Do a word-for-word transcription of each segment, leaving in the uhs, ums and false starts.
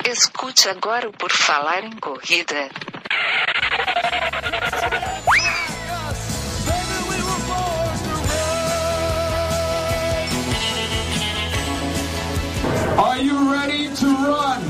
Escute agora o Por Falar em Corrida. Are you ready to run?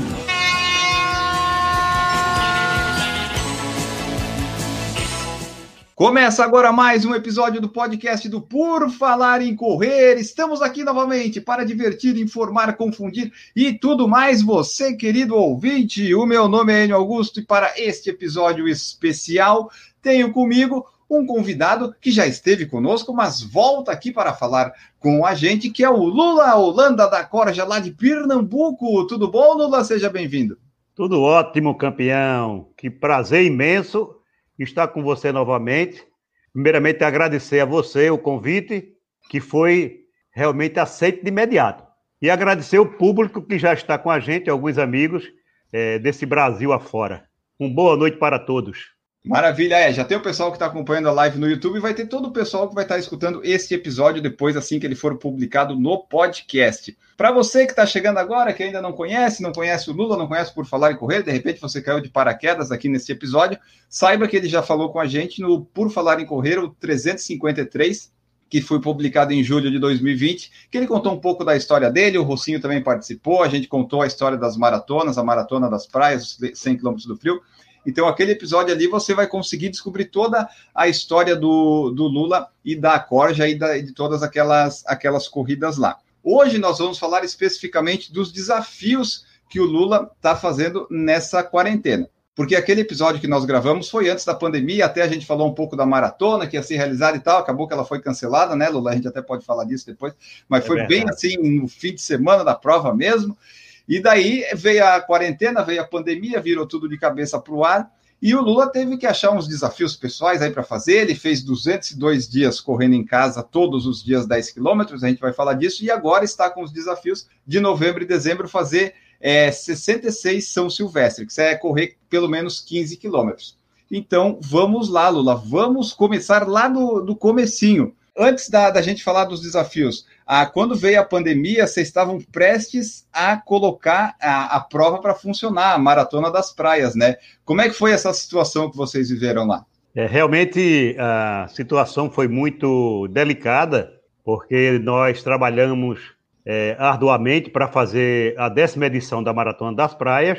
Começa agora mais um episódio do podcast do Por Falar em Correr. Estamos aqui novamente para divertir, informar, confundir e tudo mais. Você, querido ouvinte, o meu nome é Enio Augusto e para este episódio especial tenho comigo um convidado que já esteve conosco, mas volta aqui para falar com a gente, que é o Lula Holanda da Corja, lá de Pernambuco. Tudo bom, Lula? Seja bem-vindo. Tudo ótimo, campeão. Que prazer imenso estar com você novamente. Primeiramente, agradecer a você o convite, que foi realmente aceito de imediato. E agradecer o público que já está com a gente, alguns amigos é, desse Brasil afora. Uma boa noite para todos. Maravilha, é, já tem o pessoal que está acompanhando a live no YouTube e vai ter todo o pessoal que vai estar escutando este episódio depois, assim que ele for publicado no podcast. Para você que está chegando agora, que ainda não conhece, não conhece o Lula, não conhece Por Falar em Correr, de repente você caiu de paraquedas aqui nesse episódio, saiba que ele já falou com a gente no Por Falar em Correr, o trezentos e cinquenta e três, que foi publicado em julho de dois mil e vinte, que ele contou um pouco da história dele, o Rocinho também participou, a gente contou a história das maratonas, a Maratona das Praias, os cem quilômetros do Frio. Então, aquele episódio ali, você vai conseguir descobrir toda a história do, do Lula e da Corja e, da, e de todas aquelas, aquelas corridas lá. Hoje, nós vamos falar especificamente dos desafios que o Lula está fazendo nessa quarentena. Porque aquele episódio que nós gravamos foi antes da pandemia, até a gente falou um pouco da maratona, que ia ser realizada e tal, acabou que ela foi cancelada, né, Lula? A gente até pode falar disso depois, mas é foi verdade. Bem assim, no fim de semana da prova mesmo. E daí veio a quarentena, veio a pandemia, virou tudo de cabeça para o ar, e o Lula teve que achar uns desafios pessoais aí para fazer. Ele fez duzentos e dois dias correndo em casa, todos os dias dez quilômetros, a gente vai falar disso, e agora está com os desafios de novembro e dezembro fazer é, sessenta e seis São Silvestre, que é correr pelo menos quinze quilômetros. Então, vamos lá, Lula, vamos começar lá do, do comecinho. Antes da, da gente falar dos desafios, ah, quando veio a pandemia, vocês estavam prestes a colocar a, a prova para funcionar, a Maratona das Praias, né? Como é que foi essa situação que vocês viveram lá? É, realmente, a situação foi muito delicada, porque nós trabalhamos é, arduamente para fazer a décima edição da Maratona das Praias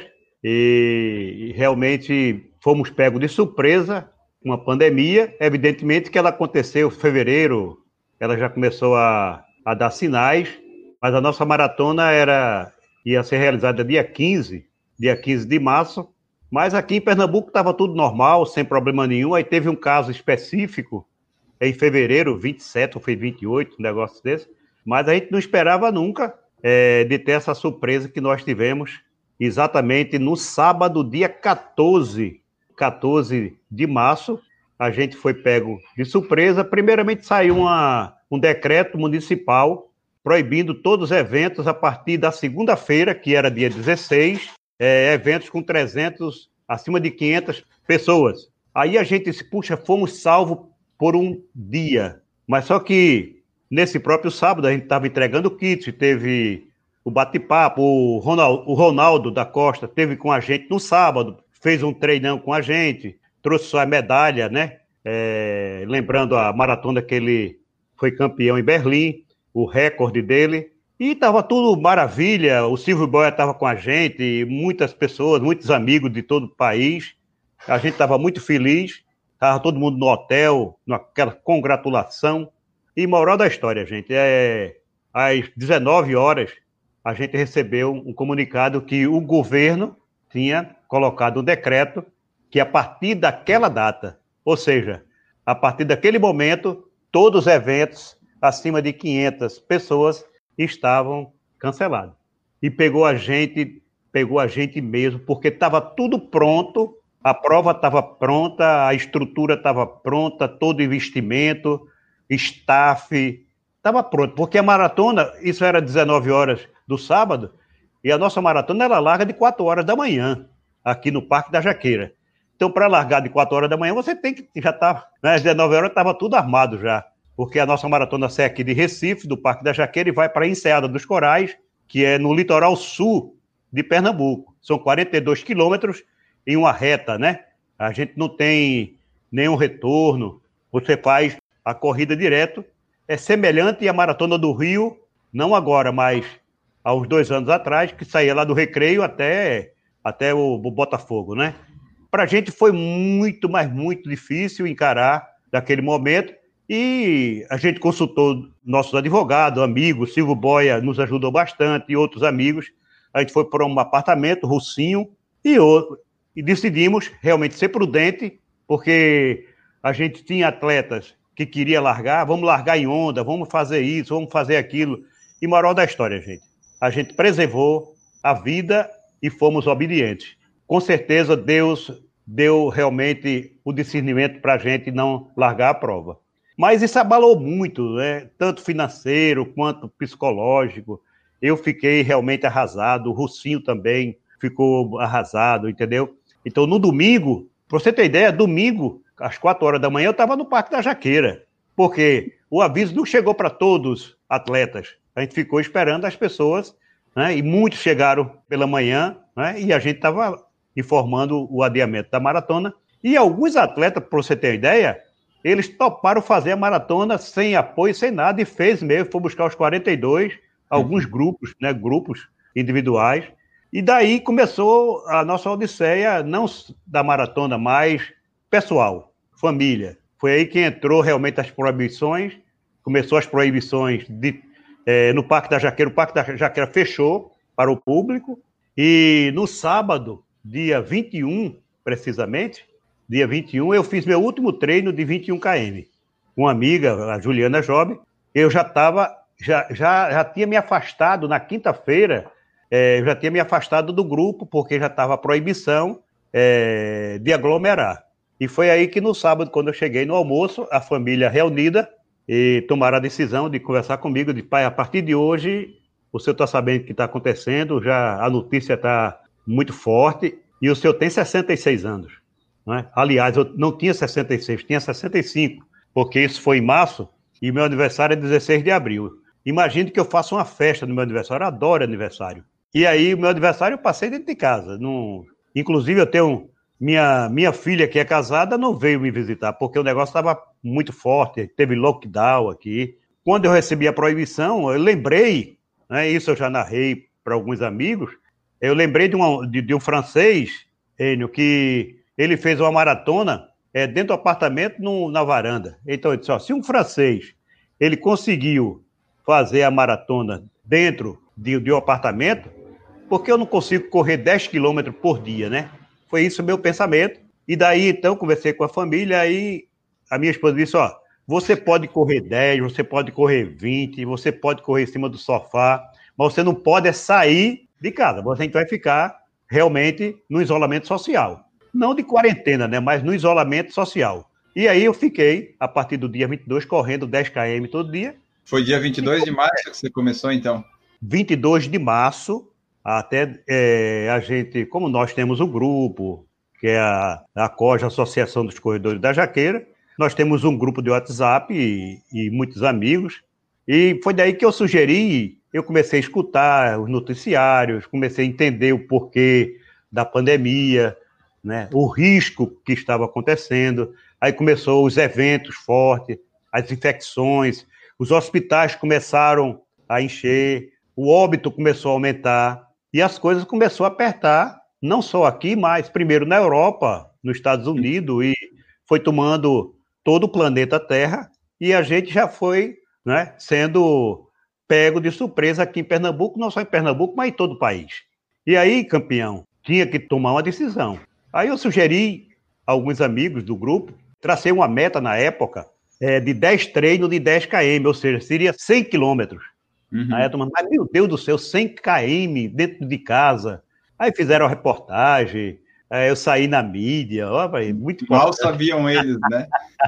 e, e realmente fomos pegos de surpresa. Uma pandemia, evidentemente que ela aconteceu em fevereiro, ela já começou a, a dar sinais, mas a nossa maratona era, ia ser realizada dia quinze, dia quinze de março, mas aqui em Pernambuco estava tudo normal, sem problema nenhum. Aí teve um caso específico em fevereiro, vinte e sete ou foi vinte e oito, um negócio desse, mas a gente não esperava nunca é, de ter essa surpresa que nós tivemos exatamente no sábado, dia quatorze de março, a gente foi pego de surpresa. Primeiramente saiu uma, um decreto municipal proibindo todos os eventos a partir da segunda-feira, que era dia dezesseis, é, eventos com trezentos, acima de quinhentas pessoas. Aí a gente disse, puxa, fomos salvos por um dia. Mas só que nesse próprio sábado a gente estava entregando kit, teve o bate-papo, o Ronaldo, o Ronaldo da Costa teve com a gente no sábado, fez um treinão com a gente, trouxe sua medalha, né? É, lembrando a maratona que ele foi campeão em Berlim, o recorde dele, e estava tudo maravilha. O Silvio Boia estava com a gente, muitas pessoas, muitos amigos de todo o país, a gente estava muito feliz, estava todo mundo no hotel, naquela congratulação, e moral da história, gente, é, às dezenove horas, a gente recebeu um comunicado que o governo tinha colocado um decreto que a partir daquela data, ou seja, a partir daquele momento, todos os eventos acima de quinhentas pessoas estavam cancelados. E pegou a gente, pegou a gente mesmo, porque estava tudo pronto, a prova estava pronta, a estrutura estava pronta, todo o investimento, staff, estava pronto. Porque a maratona, isso era dezenove horas do sábado, e a nossa maratona era larga de quatro horas da manhã, aqui no Parque da Jaqueira. Então, para largar de quatro horas da manhã, você tem que já estar, né, às dezenove horas estava tudo armado já, porque a nossa maratona sai aqui de Recife, do Parque da Jaqueira, e vai para a Enseada dos Corais, que é no litoral sul de Pernambuco. São quarenta e dois quilômetros em uma reta, né? A gente não tem nenhum retorno, você faz a corrida direto. É semelhante à Maratona do Rio, não agora, mas há uns dois anos atrás, que saía lá do Recreio até, até o, o Botafogo, né? Para a gente foi muito, mas muito difícil encarar naquele momento, e a gente consultou nossos advogados, amigos, Silvio Boia nos ajudou bastante, e outros amigos. A gente foi para um apartamento, Russinho, e, outro, e decidimos realmente ser prudente, porque a gente tinha atletas que queria largar, vamos largar em onda, vamos fazer isso, vamos fazer aquilo. E moral da história, gente, a gente preservou a vida e fomos obedientes. Com certeza Deus deu realmente o discernimento para a gente não largar a prova. Mas isso abalou muito, né? Tanto financeiro quanto psicológico. Eu fiquei realmente arrasado, o Russinho também ficou arrasado, entendeu? Então, no domingo, para você ter ideia, domingo, às quatro horas da manhã, eu estava no Parque da Jaqueira, porque o aviso não chegou para todos os atletas. A gente ficou esperando as pessoas, né? E muitos chegaram pela manhã, né? E a gente estava informando o adiamento da maratona. E alguns atletas, para você ter uma ideia, eles toparam fazer a maratona sem apoio, sem nada, e fez mesmo, foi buscar os quarenta e dois, alguns grupos, né? Grupos individuais. E daí começou a nossa odisseia, não da maratona, mas pessoal, família. Foi aí que entrou realmente as proibições, começou as proibições de, é, no Parque da Jaqueira. O Parque da Jaqueira fechou para o público, e no sábado, dia vinte e um, precisamente, dia vinte e um, eu fiz meu último treino de vinte e um quilômetros. Uma amiga, a Juliana Job, eu já estava, já, já, já tinha me afastado na quinta-feira, é, eu já tinha me afastado do grupo, porque já estava a proibição é, de aglomerar. E foi aí que no sábado, quando eu cheguei no almoço, a família reunida, e tomaram a decisão de conversar comigo, de pai, a partir de hoje, o senhor está sabendo o que está acontecendo, já a notícia está muito forte, e o senhor tem sessenta e seis anos. Né? Aliás, eu não tinha sessenta e seis, tinha sessenta e cinco, porque isso foi em março, e meu aniversário é dezesseis de abril. Imagine que eu faça uma festa no meu aniversário, eu adoro aniversário. E aí, o meu aniversário eu passei dentro de casa. Não... Inclusive, eu tenho... Minha, minha filha, que é casada, não veio me visitar, porque o negócio estava muito forte, teve lockdown aqui. Quando eu recebi a proibição, eu lembrei, né, isso eu já narrei para alguns amigos, eu lembrei de, uma, de, de um francês, Enio, que ele fez uma maratona é, dentro do apartamento, no, na varanda. Então, ele disse, ó, se um francês ele conseguiu fazer a maratona dentro de, de um apartamento, por que eu não consigo correr dez quilômetros por dia, né? Foi isso o meu pensamento. E daí, então, conversei com a família, aí a minha esposa disse, ó, você pode correr dez, você pode correr vinte, você pode correr em cima do sofá, mas você não pode é sair de casa. Você vai ficar realmente no isolamento social. Não de quarentena, né, mas no isolamento social. E aí eu fiquei, a partir do dia vinte e dois, correndo dez quilômetros todo dia. Foi dia vinte e dois de março que você começou, então? vinte e dois de março. Até é, a gente, como nós temos um grupo, que é a, a C O J, Associação dos Corredores da Jaqueira, nós temos um grupo de WhatsApp e, e muitos amigos, e foi daí que eu sugeri, eu comecei a escutar os noticiários, comecei a entender o porquê da pandemia, né, o risco que estava acontecendo, aí começou os eventos fortes, as infecções, os hospitais começaram a encher, o óbito começou a aumentar, e as coisas começaram a apertar, não só aqui, mas primeiro na Europa, nos Estados Unidos, e foi tomando todo o planeta Terra, e a gente já foi, né, sendo pego de surpresa aqui em Pernambuco, não só em Pernambuco, mas em todo o país. E aí, campeão, tinha que tomar uma decisão. Aí eu sugeri a alguns amigos do grupo, tracei uma meta na época é, de dez treinos de dez quilômetros, ou seja, seria cem quilômetros. Uhum. Aí eu tomando, mas meu Deus do céu, cem quilômetros dentro de casa. Aí fizeram a reportagem, eu saí na mídia, ó, muito mal importante. Sabiam eles, né?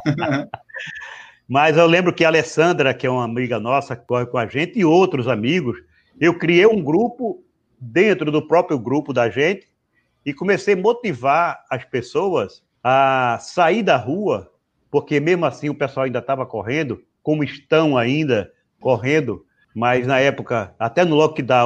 Mas eu lembro que a Alessandra, que é uma amiga nossa, que corre com a gente, e outros amigos, eu criei um grupo dentro do próprio grupo da gente e comecei a motivar as pessoas a sair da rua, porque mesmo assim o pessoal ainda estava correndo, como estão ainda correndo, mas na época, até no lockdown,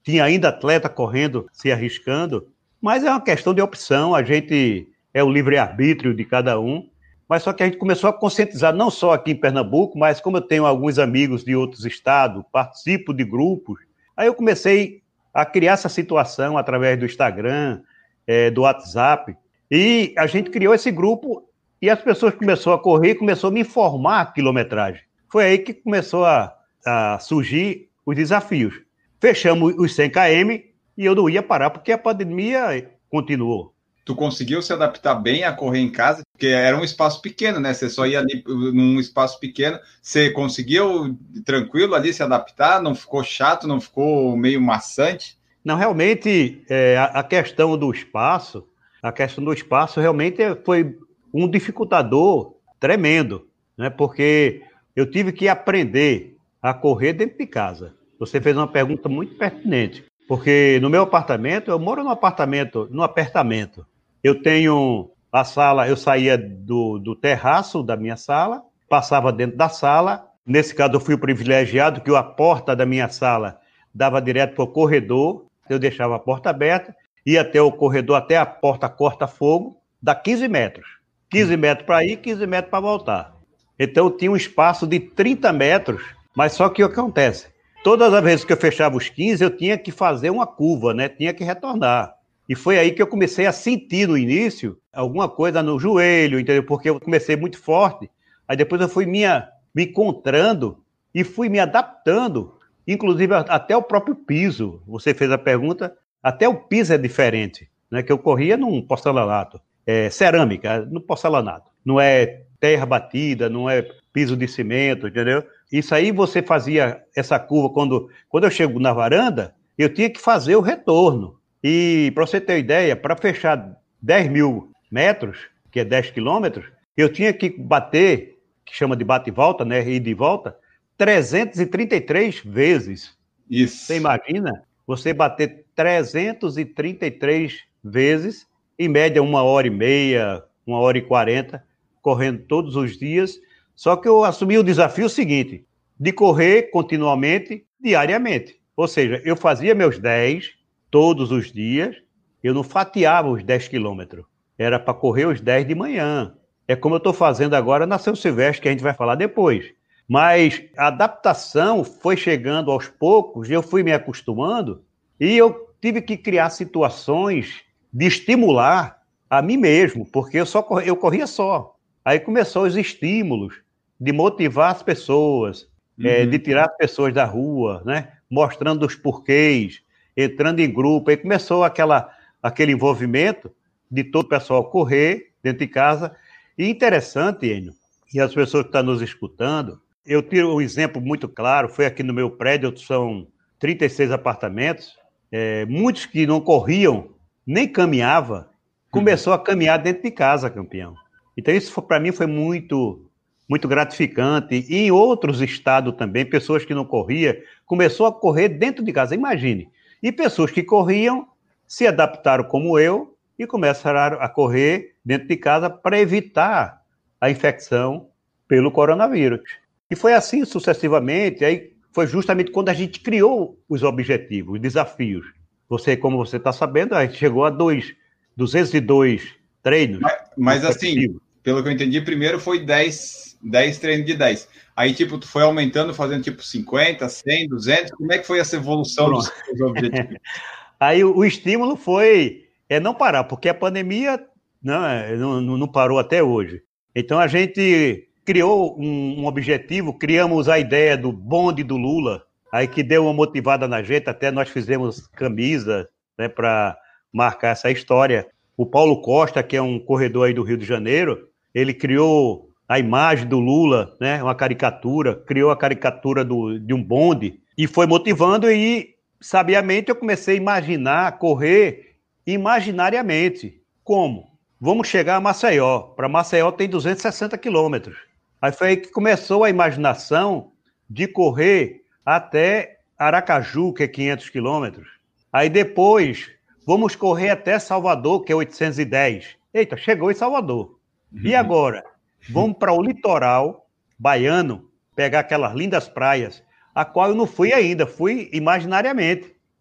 tinha ainda atleta correndo, se arriscando, mas é uma questão de opção, a gente é o livre-arbítrio de cada um, mas só que a gente começou a conscientizar, não só aqui em Pernambuco, mas como eu tenho alguns amigos de outros estados, participo de grupos, aí eu comecei a criar essa situação através do Instagram, é, do WhatsApp, e a gente criou esse grupo e as pessoas começaram a correr e começaram a me informar a quilometragem. Foi aí que começou a, a surgir os desafios. Fechamos os cem quilômetros e eu não ia parar porque a pandemia continuou. Tu conseguiu se adaptar bem a correr em casa? Porque era um espaço pequeno, né? Você só ia ali num espaço pequeno. Você conseguiu tranquilo ali se adaptar? Não ficou chato? Não ficou meio maçante? Não, realmente, é, a questão do espaço, a questão do espaço realmente foi um dificultador tremendo, né? Porque eu tive que aprender a correr dentro de casa. Você fez uma pergunta muito pertinente, porque no meu apartamento, eu moro num apartamento, num apartamento. Eu tenho a sala, eu saía do, do terraço da minha sala, passava dentro da sala. Nesse caso, eu fui o privilegiado que a porta da minha sala dava direto para o corredor. Eu deixava a porta aberta, ia até o corredor, até a porta corta-fogo, dá quinze metros. quinze metros para ir, quinze metros para voltar. Então, eu tinha um espaço de trinta metros, mas só que o que acontece? Todas as vezes que eu fechava os quinze, eu tinha que fazer uma curva, né? Tinha que retornar. E foi aí que eu comecei a sentir no início alguma coisa no joelho, entendeu? Porque eu comecei muito forte. Aí depois eu fui me, me encontrando e fui me adaptando, inclusive até o próprio piso. Você fez a pergunta, até o piso é diferente, né? Que eu corria num porcelanato, é, cerâmica, no porcelanato. Não é terra batida, não é piso de cimento, entendeu? Isso aí você fazia essa curva, quando, quando eu chego na varanda, eu tinha que fazer o retorno. E, para você ter ideia, para fechar dez mil metros, que é dez quilômetros, eu tinha que bater, que chama de bate e volta, né, ida e de volta, trezentas e trinta e três vezes. Isso. Você imagina você bater trezentas e trinta e três vezes, em média uma hora e meia, uma hora e quarenta, correndo todos os dias. Só que eu assumi o desafio seguinte, de correr continuamente, diariamente. Ou seja, eu fazia meus dez todos os dias, eu não fatiava os dez quilômetros. Era para correr os dez de manhã. É como eu estou fazendo agora na São Silvestre, que a gente vai falar depois. Mas a adaptação foi chegando aos poucos, eu fui me acostumando, e eu tive que criar situações de estimular a mim mesmo, porque eu, só corria, eu corria só. Aí começou os estímulos de motivar as pessoas, uhum. é, de tirar as pessoas da rua, né? Mostrando os porquês, entrando em grupo. Aí começou aquela, aquele envolvimento de todo o pessoal correr dentro de casa. E interessante, Enio, e as pessoas que estão nos escutando, eu tiro um exemplo muito claro, foi aqui no meu prédio, são trinta e seis apartamentos, é, muitos que não corriam, nem caminhavam, começou a caminhar dentro de casa, campeão. Então isso para mim foi muito, muito gratificante. E em outros estados também, pessoas que não corriam, começou a correr dentro de casa, imagine. E pessoas que corriam se adaptaram como eu e começaram a correr dentro de casa para evitar a infecção pelo coronavírus. E foi assim sucessivamente, aí foi justamente quando a gente criou os objetivos, os desafios. Você, como você está sabendo, a gente chegou a dois, duzentos e dois treinos. Mas, mas assim, pelo que eu entendi, primeiro foi dez, dez treinos de dez. Aí, tipo, tu foi aumentando, fazendo tipo cinquenta, cem, duzentos. Como é que foi essa evolução Pronto. dos seus objetivos? Aí o, o estímulo foi é não parar, porque a pandemia não, não, não parou até hoje. Então a gente criou um, um objetivo, criamos a ideia do bonde do Lula, aí que deu uma motivada na gente, até nós fizemos camisa, né, para marcar essa história. O Paulo Costa, que é um corredor aí do Rio de Janeiro, ele criou a imagem do Lula, né, uma caricatura, criou a caricatura do, de um bonde, e foi motivando, e sabiamente eu comecei a imaginar, correr imaginariamente. Como? Vamos chegar a Maceió. Para Maceió tem duzentos e sessenta quilômetros. Aí foi aí que começou a imaginação de correr até Aracaju, que é quinhentos quilômetros. Aí depois, vamos correr até Salvador, que é oitocentos e dez. Eita, chegou em Salvador. Uhum. E agora? Vamos para o litoral baiano, pegar aquelas lindas praias, a qual eu não fui ainda, fui imaginariamente.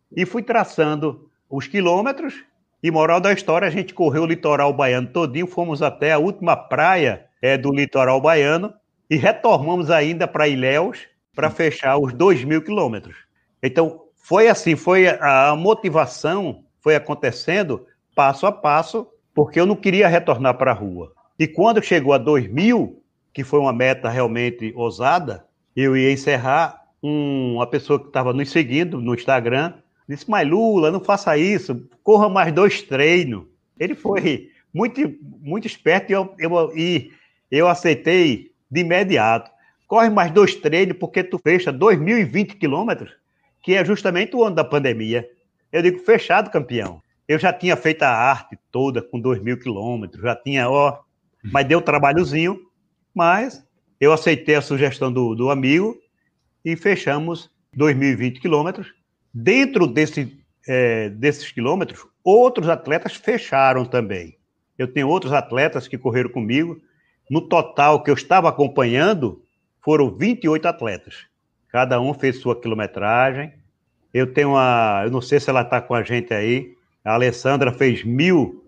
e fui traçando os quilômetros. E moral da história, a gente correu o litoral baiano todinho, fomos até a última praia é, do litoral baiano e retornamos ainda para Ilhéus para fechar os dois mil quilômetros. Então, foi assim, foi a, a motivação foi acontecendo passo a passo, porque eu não queria retornar para a rua. E quando chegou a dois mil, que foi uma meta realmente ousada, eu ia encerrar, um, uma pessoa que estava nos seguindo no Instagram, disse, mas Lula, não faça isso, corra mais dois treinos. Ele foi muito, muito esperto e eu, eu, e eu aceitei de imediato. Corre mais dois treinos porque tu fecha dois mil e vinte quilômetros, que é justamente o ano da pandemia. Eu digo, fechado, campeão. Eu já tinha feito a arte toda com dois mil quilômetros, já tinha, ó, mas deu trabalhozinho, mas eu aceitei a sugestão do, do amigo e fechamos dois mil e vinte quilômetros. Dentro desse, é, desses quilômetros, outros atletas fecharam também. Eu tenho outros atletas que correram comigo. No total que eu estava acompanhando, foram vinte e oito atletas. Cada um fez sua quilometragem. Eu tenho uma... Eu não sei se ela está com a gente aí. A Alessandra fez mil,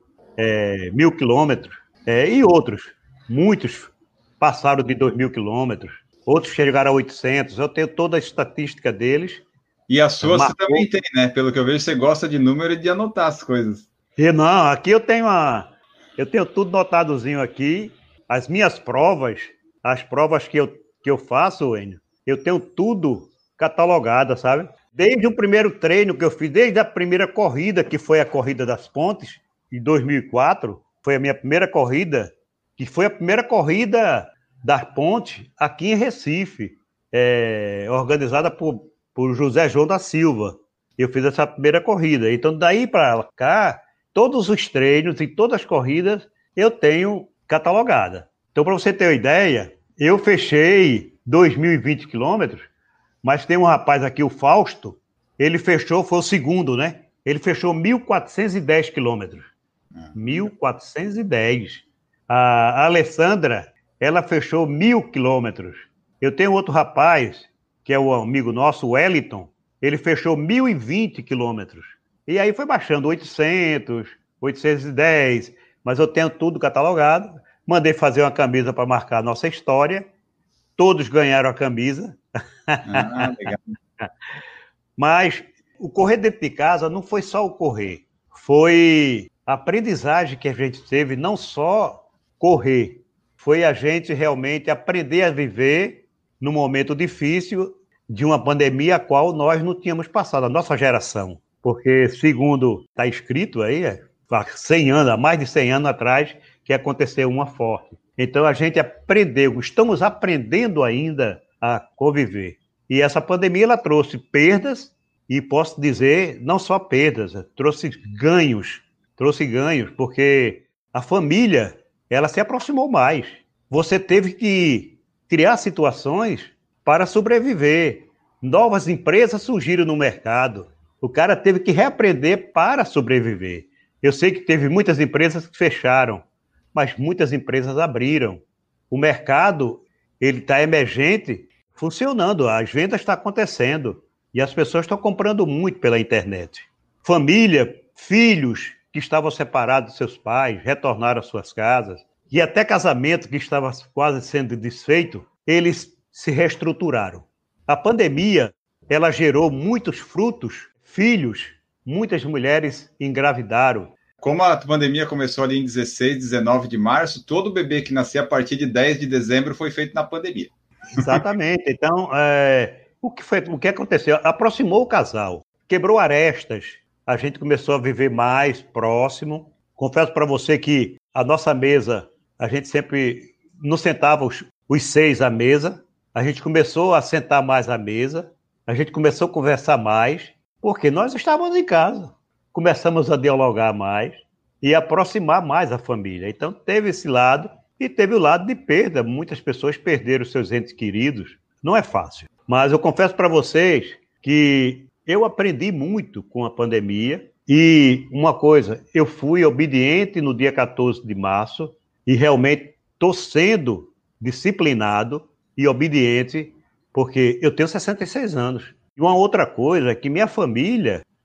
é, mil quilômetros. É, e outros. Muitos passaram de dois mil quilômetros. Outros chegaram a oitocentos. Eu tenho toda a estatística deles. E a sua Marcou. Você também tem, né? Pelo que eu vejo, você gosta de número e de anotar as coisas. E não, aqui eu tenho uma... Eu tenho tudo notadozinho aqui. As minhas provas, as provas que eu, que eu faço, Enio, eu tenho tudo catalogado, sabe? Desde o primeiro treino que eu fiz, desde a primeira corrida, que foi a Corrida das Pontes, em dois mil e quatro, foi a minha primeira corrida, que foi a primeira corrida das Pontes aqui em Recife, é, organizada por, por José João da Silva. Eu fiz essa primeira corrida. Então, daí para cá, todos os treinos e todas as corridas eu tenho catalogada. Então, para você ter uma ideia, eu fechei dois mil e vinte quilômetros, mas tem um rapaz aqui, o Fausto, ele fechou, foi o segundo, né? Ele fechou mil quatrocentos e dez quilômetros. mil quatrocentos e dez. A Alessandra, ela fechou mil quilômetros. Eu tenho outro rapaz, que é o amigo nosso, o Wellington, ele fechou mil e vinte quilômetros. E aí foi baixando oitocentos, oitocentos e dez, mas eu tenho tudo catalogado. Mandei fazer uma camisa para marcar a nossa história. Todos ganharam a camisa. Ah, legal. Mas o correr dentro de casa não foi só o correr. Foi a aprendizagem que a gente teve, não só correr. Foi a gente realmente aprender a viver num momento difícil de uma pandemia a qual nós não tínhamos passado, a nossa geração. Porque, segundo está escrito aí, há cem anos, há mais de cem anos atrás, que aconteceu uma forte. Então, a gente aprendeu, estamos aprendendo ainda a conviver. E essa pandemia, ela trouxe perdas, e posso dizer, não só perdas, trouxe ganhos, trouxe ganhos, porque a família, ela se aproximou mais. Você teve que criar situações para sobreviver. Novas empresas surgiram no mercado. O cara teve que reaprender para sobreviver. Eu sei que teve muitas empresas que fecharam, mas muitas empresas abriram. O mercado, ele está emergente, funcionando, as vendas estão acontecendo e as pessoas estão comprando muito pela internet. Família, filhos que estavam separados de seus pais, retornaram às suas casas, e até casamento que estava quase sendo desfeito, eles se reestruturaram. A pandemia, ela gerou muitos frutos, filhos, muitas mulheres engravidaram. Como a pandemia começou ali em dezesseis, dezenove de março, todo bebê que nascia a partir de dez de dezembro foi feito na pandemia. Exatamente. Então, é, o, que foi, o que aconteceu? Aproximou o casal, quebrou arestas, a gente começou a viver mais próximo. Confesso para você que a nossa mesa, a gente sempre não sentava os, os seis à mesa, a gente começou a sentar mais à mesa, a gente começou a conversar mais, porque nós estávamos em casa. Começamos a dialogar mais e aproximar mais a família. Então, teve esse lado e teve o lado de perda. Muitas pessoas perderam seus entes queridos. Não é fácil. Mas eu confesso para vocês que eu aprendi muito com a pandemia. E uma coisa, eu fui obediente no dia quatorze de março e realmente estou sendo disciplinado e obediente porque eu tenho sessenta e seis anos. E uma outra coisa é que minha família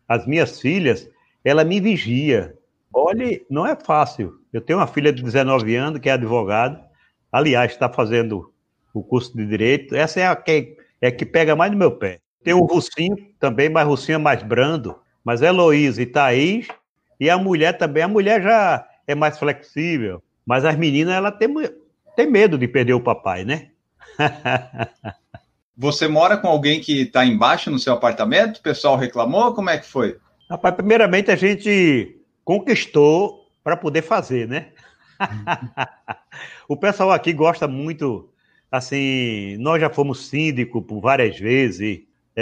as minhas filhas, ela me vigia. Olha, não é fácil. Eu tenho uma filha de dezenove anos, que é advogada, aliás, está fazendo o curso de Direito. Essa é a que, é a que pega mais no meu pé. Tem o Russinho também, mas Russinho é mais brando. Mas Heloísa e Thaís, e a mulher também. A mulher já é mais flexível. Mas as meninas, ela tem, tem medo de perder o papai, né? Você mora com alguém que está embaixo no seu apartamento? O pessoal reclamou? Como é que foi? Rapaz, primeiramente a gente conquistou para poder fazer, né? O pessoal aqui gosta muito, assim, nós já fomos síndico por várias vezes,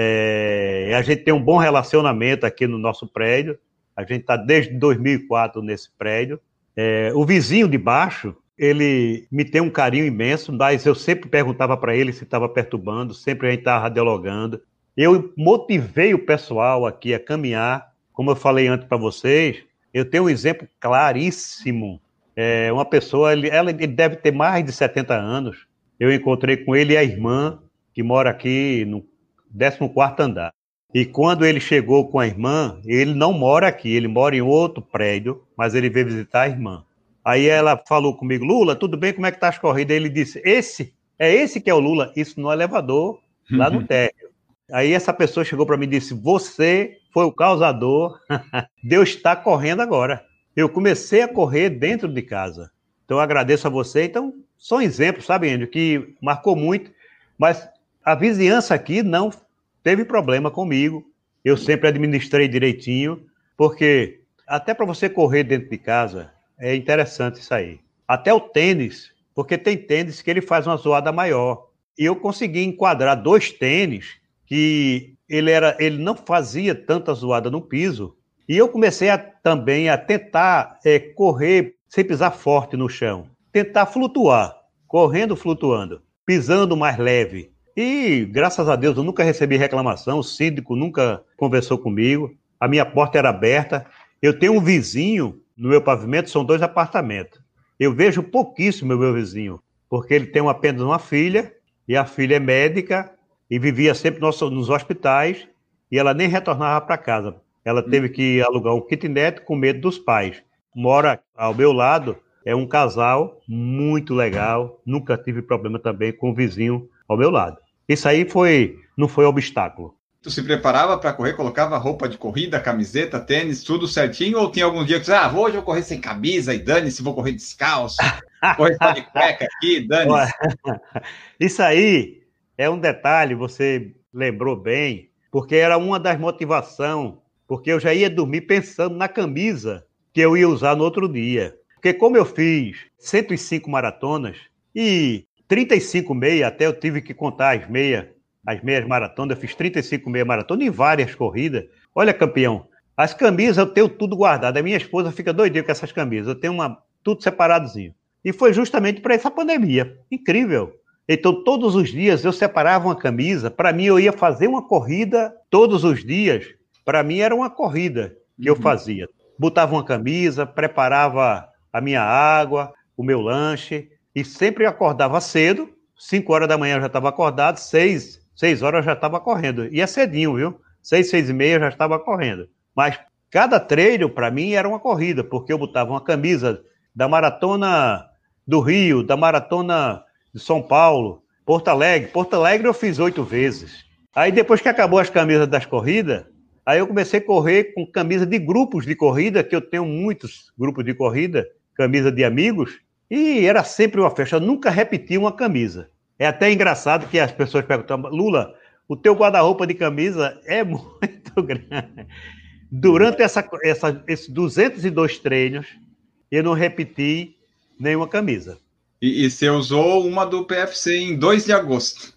é, a gente tem um bom relacionamento aqui no nosso prédio, a gente está desde dois mil e quatro nesse prédio. É, o vizinho de baixo, ele me tem um carinho imenso, mas eu sempre perguntava para ele se estava perturbando, sempre a gente estava dialogando. Eu motivei o pessoal aqui a caminhar, como eu falei antes para vocês, eu tenho um exemplo claríssimo. É, uma pessoa, ele, ela, ele deve ter mais de setenta anos, eu encontrei com ele e a irmã, que mora aqui no décimo quarto andar. E quando ele chegou com a irmã, ele não mora aqui, ele mora em outro prédio, mas ele veio visitar a irmã. Aí ela falou comigo, Lula, tudo bem, como é que tá as corridas? Ele disse, esse, é esse que é o Lula, isso no elevador, lá no térreo. Aí essa pessoa chegou para mim e disse, você foi o causador, Deus está correndo agora. Eu comecei a correr dentro de casa. Então eu agradeço a você. Então, são exemplos, sabe, Andrew, que marcou muito, mas a vizinhança aqui não teve problema comigo. Eu sempre administrei direitinho, porque até para você correr dentro de casa, é interessante isso aí. Até o tênis, porque tem tênis que ele faz uma zoada maior. E eu consegui enquadrar dois tênis que ele, era, ele não fazia tanta zoada no piso. E eu comecei a, também a tentar é, correr sem pisar forte no chão. Tentar flutuar, correndo, flutuando, pisando mais leve. E, graças a Deus, eu nunca recebi reclamação, o síndico nunca conversou comigo, a minha porta era aberta. Eu tenho um vizinho no meu pavimento, são dois apartamentos. Eu vejo pouquíssimo o meu vizinho, porque ele tem apenas uma filha, e a filha é médica, e vivia sempre nos, nos hospitais, e ela nem retornava para casa. Ela teve que alugar um kitnet com medo dos pais. Mora ao meu lado, é um casal muito legal, nunca tive problema também com o vizinho ao meu lado. Isso aí foi, não foi obstáculo. Tu se preparava para correr, colocava roupa de corrida, camiseta, tênis, tudo certinho? Ou tinha algum dia que você, ah, hoje eu vou correr sem camisa e dane-se, vou correr descalço, correr só de cueca aqui, dane-se. Isso aí é um detalhe, você lembrou bem, porque era uma das motivações, porque eu já ia dormir pensando na camisa que eu ia usar no outro dia. Porque como eu fiz cento e cinco maratonas e trinta e cinco meias, até eu tive que contar as meias, as meias maratonas, eu fiz trinta e cinco meias maratonas em várias corridas. Olha, campeão, as camisas eu tenho tudo guardado. A minha esposa fica doidinha com essas camisas. Eu tenho uma, tudo separadozinho. E foi justamente para essa pandemia. Incrível. Então, todos os dias eu separava uma camisa. Para mim, eu ia fazer uma corrida todos os dias. Para mim, era uma corrida que eu fazia. Botava uma camisa, preparava a minha água, o meu lanche, e sempre acordava cedo. cinco horas da manhã eu já estava acordado, seis, seis horas eu já estava correndo. E é cedinho, viu? seis, seis e meia eu já estava correndo. Mas cada treino, para mim, era uma corrida, porque eu botava uma camisa da Maratona do Rio, da Maratona de São Paulo, Porto Alegre. Porto Alegre eu fiz oito vezes. Aí depois que acabou as camisas das corridas, aí eu comecei a correr com camisa de grupos de corrida, que eu tenho muitos grupos de corrida, camisa de amigos, e era sempre uma festa. Eu nunca repeti uma camisa. É até engraçado que as pessoas perguntam, Lula, o teu guarda-roupa de camisa é muito grande. Durante essa, essa, esses duzentos e dois treinos, eu não repeti nenhuma camisa. E, e você usou uma do P F C em dois de agosto.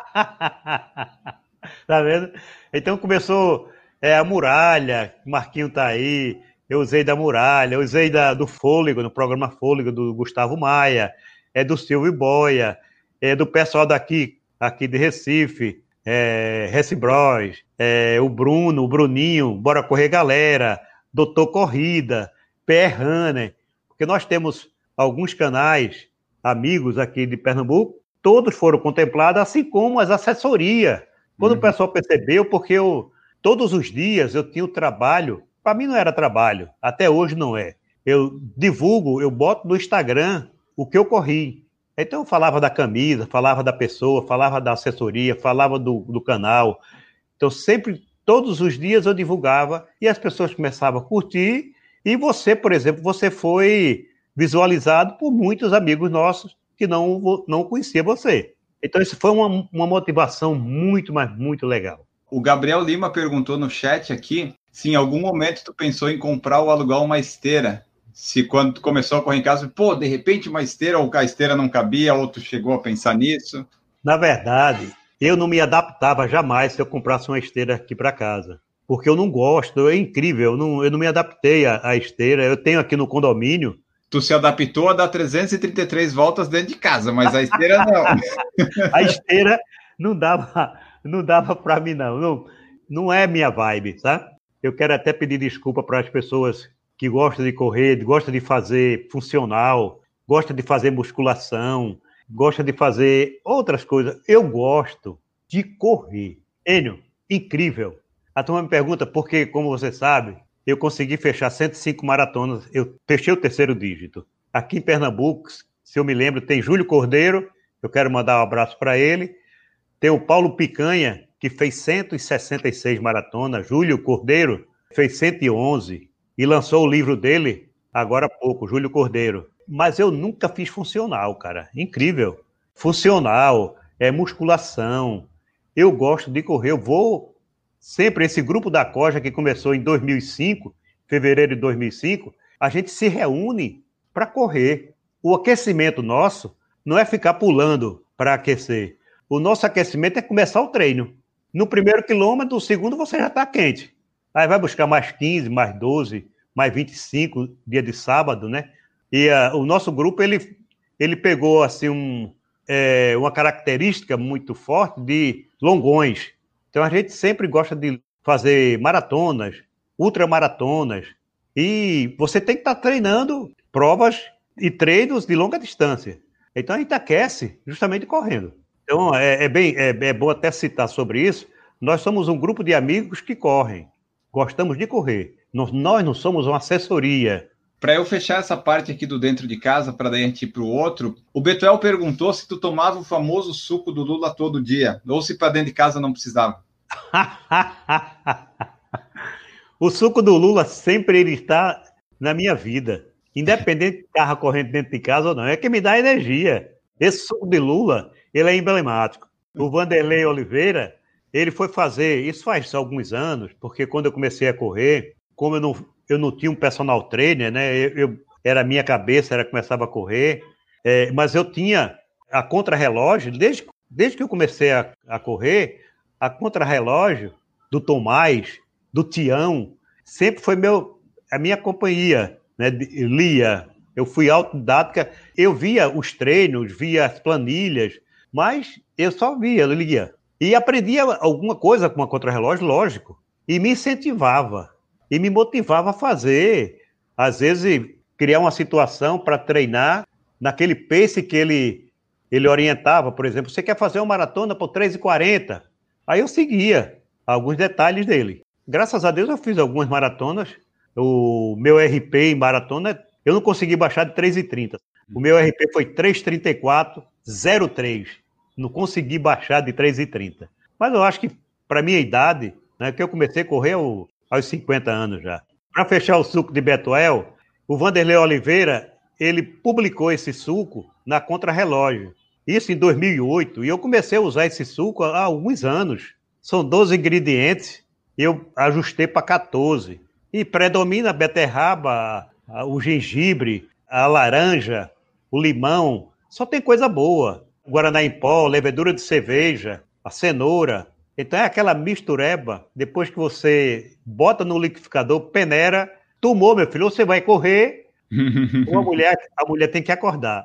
Tá vendo? Então começou é, a Muralha, o Marquinho tá aí, eu usei da Muralha, eu usei da, do Fôlego, no programa Fôlego do Gustavo Maia, é do Silvio Boia, é do pessoal daqui, aqui de Recife, é, Recibróis, é, o Bruno, o Bruninho, Bora Correr Galera, Doutor Corrida, P R Runner, porque nós temos alguns canais, amigos aqui de Pernambuco, todos foram contemplados, assim como as assessorias. Quando uhum. o pessoal percebeu, porque eu, todos os dias eu tinha o trabalho, para mim não era trabalho, até hoje não é. Eu divulgo, eu boto no Instagram o que eu corri. Então eu falava da camisa, falava da pessoa, falava da assessoria, falava do, do canal. Então sempre, todos os dias eu divulgava e as pessoas começavam a curtir. E você, por exemplo, você foi visualizado por muitos amigos nossos que não, não conheciam você. Então isso foi uma, uma motivação muito, mas muito legal. O Gabriel Lima perguntou no chat aqui se em algum momento tu pensou em comprar ou alugar uma esteira. Se quando tu começou a correr em casa, pô, de repente uma esteira, ou a esteira não cabia, ou tu chegou a pensar nisso? Na verdade, eu não me adaptava jamais se eu comprasse uma esteira aqui para casa. Porque eu não gosto, é incrível, eu não, eu não me adaptei à, à esteira. Eu tenho aqui no condomínio. Tu se adaptou a dar trezentas e trinta e três voltas dentro de casa, mas a esteira não. A esteira não dava, não dava para mim, não. não. Não é minha vibe, tá? Eu quero até pedir desculpa para as pessoas que gostam de correr, gostam de fazer funcional, gostam de fazer musculação, gostam de fazer outras coisas. Eu gosto de correr. Enio, incrível. A turma me pergunta porque, como você sabe, eu consegui fechar cento e cinco maratonas. Eu fechei o terceiro dígito. Aqui em Pernambuco, se eu me lembro, tem Júlio Cordeiro, eu quero mandar um abraço para ele. Tem o Paulo Picanha, que fez cento e sessenta e seis maratonas. Júlio Cordeiro fez cento e onze e lançou o livro dele agora há pouco, Júlio Cordeiro. Mas eu nunca fiz funcional, cara. Incrível. Funcional, é musculação. Eu gosto de correr. Eu vou sempre, esse grupo da Coja que começou em dois mil e cinco, fevereiro de dois mil e cinco, a gente se reúne para correr. O aquecimento nosso não é ficar pulando para aquecer. O nosso aquecimento é começar o treino. No primeiro quilômetro, no segundo, você já está quente. Aí vai buscar mais quinze, mais doze, mais vinte e cinco, dia de sábado, né? E uh, o nosso grupo, ele, ele pegou, assim, um, é, uma característica muito forte de longões. Então, a gente sempre gosta de fazer maratonas, ultramaratonas, e você tem que estar treinando provas e treinos de longa distância. Então, a gente aquece justamente correndo. Então, é, é, bem, é, é bom até citar sobre isso. Nós somos um grupo de amigos que correm. Gostamos de correr. Nós, nós não somos uma assessoria. Para eu fechar essa parte aqui do dentro de casa, para daí a gente ir para o outro, o Betuel perguntou se tu tomava o famoso suco do Lula todo dia, ou se para dentro de casa não precisava. O suco do Lula sempre ele está na minha vida. Independente de carro correndo dentro de casa ou não. É que me dá energia. Esse suco de Lula, ele é emblemático. O Vanderlei Oliveira, ele foi fazer, isso faz alguns anos, porque quando eu comecei a correr, como eu não, eu não tinha um personal trainer, né? Eu, eu, era a minha cabeça, era começava a correr, é, mas eu tinha a contrarrelógio, desde, desde que eu comecei a, a correr, a contrarrelógio do Tomás, do Tião, sempre foi meu, a minha companhia, né? Lia, eu fui autodidática, eu via os treinos, via as planilhas, mas eu só via, lia. E aprendia alguma coisa com a contrarrelógio, lógico, e me incentivava, e me motivava a fazer. Às vezes, criar uma situação para treinar naquele pace que ele, ele orientava. Por exemplo, você quer fazer uma maratona por três e quarenta? Aí eu seguia alguns detalhes dele. Graças a Deus eu fiz algumas maratonas. O meu R P em maratona, eu não consegui baixar de três e trinta. O meu R P foi três e trinta e quatro, zero três. Não consegui baixar de três e trinta. Mas eu acho que, para minha idade, né, que eu comecei a correr ao, aos cinquenta anos já. Para fechar o suco de Betuel, o Vanderlei Oliveira, ele publicou esse suco na Contrarrelógio. Isso em dois mil e oito. E eu comecei a usar esse suco há alguns anos. São doze ingredientes. Eu ajustei para quatorze. E predomina a beterraba, o gengibre, a laranja, o limão. Só tem coisa boa. Guaraná em pó, levedura de cerveja, a cenoura. Então é aquela mistureba, depois que você bota no liquidificador, peneira, tomou, meu filho, ou você vai correr, ou a mulher, a mulher tem que acordar.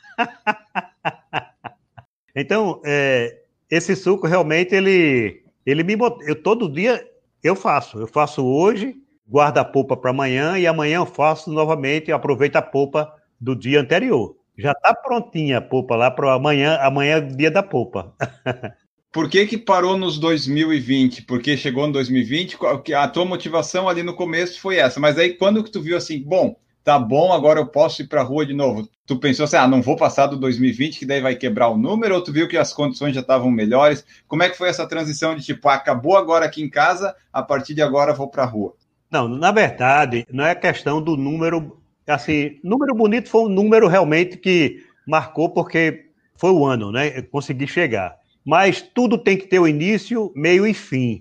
Então, é, esse suco realmente, ele, ele me eu todo dia eu faço. Eu faço hoje, guardo a polpa para amanhã, e amanhã eu faço novamente e aproveito a polpa do dia anterior. Já está prontinha a polpa lá para amanhã, amanhã é o dia da polpa. Por que que parou nos dois mil e vinte? Porque chegou em dois mil e vinte, a tua motivação ali no começo foi essa, mas aí quando que tu viu assim, bom, tá bom, agora eu posso ir para a rua de novo? Tu pensou assim, ah, não vou passar do dois mil e vinte, que daí vai quebrar o número, ou tu viu que as condições já estavam melhores? Como é que foi essa transição de tipo, ah, acabou agora aqui em casa, a partir de agora vou para a rua? Não, na verdade, não é questão do número, assim, número bonito foi um número realmente que marcou porque foi o ano, né? Eu consegui chegar. Mas tudo tem que ter o início, meio e fim.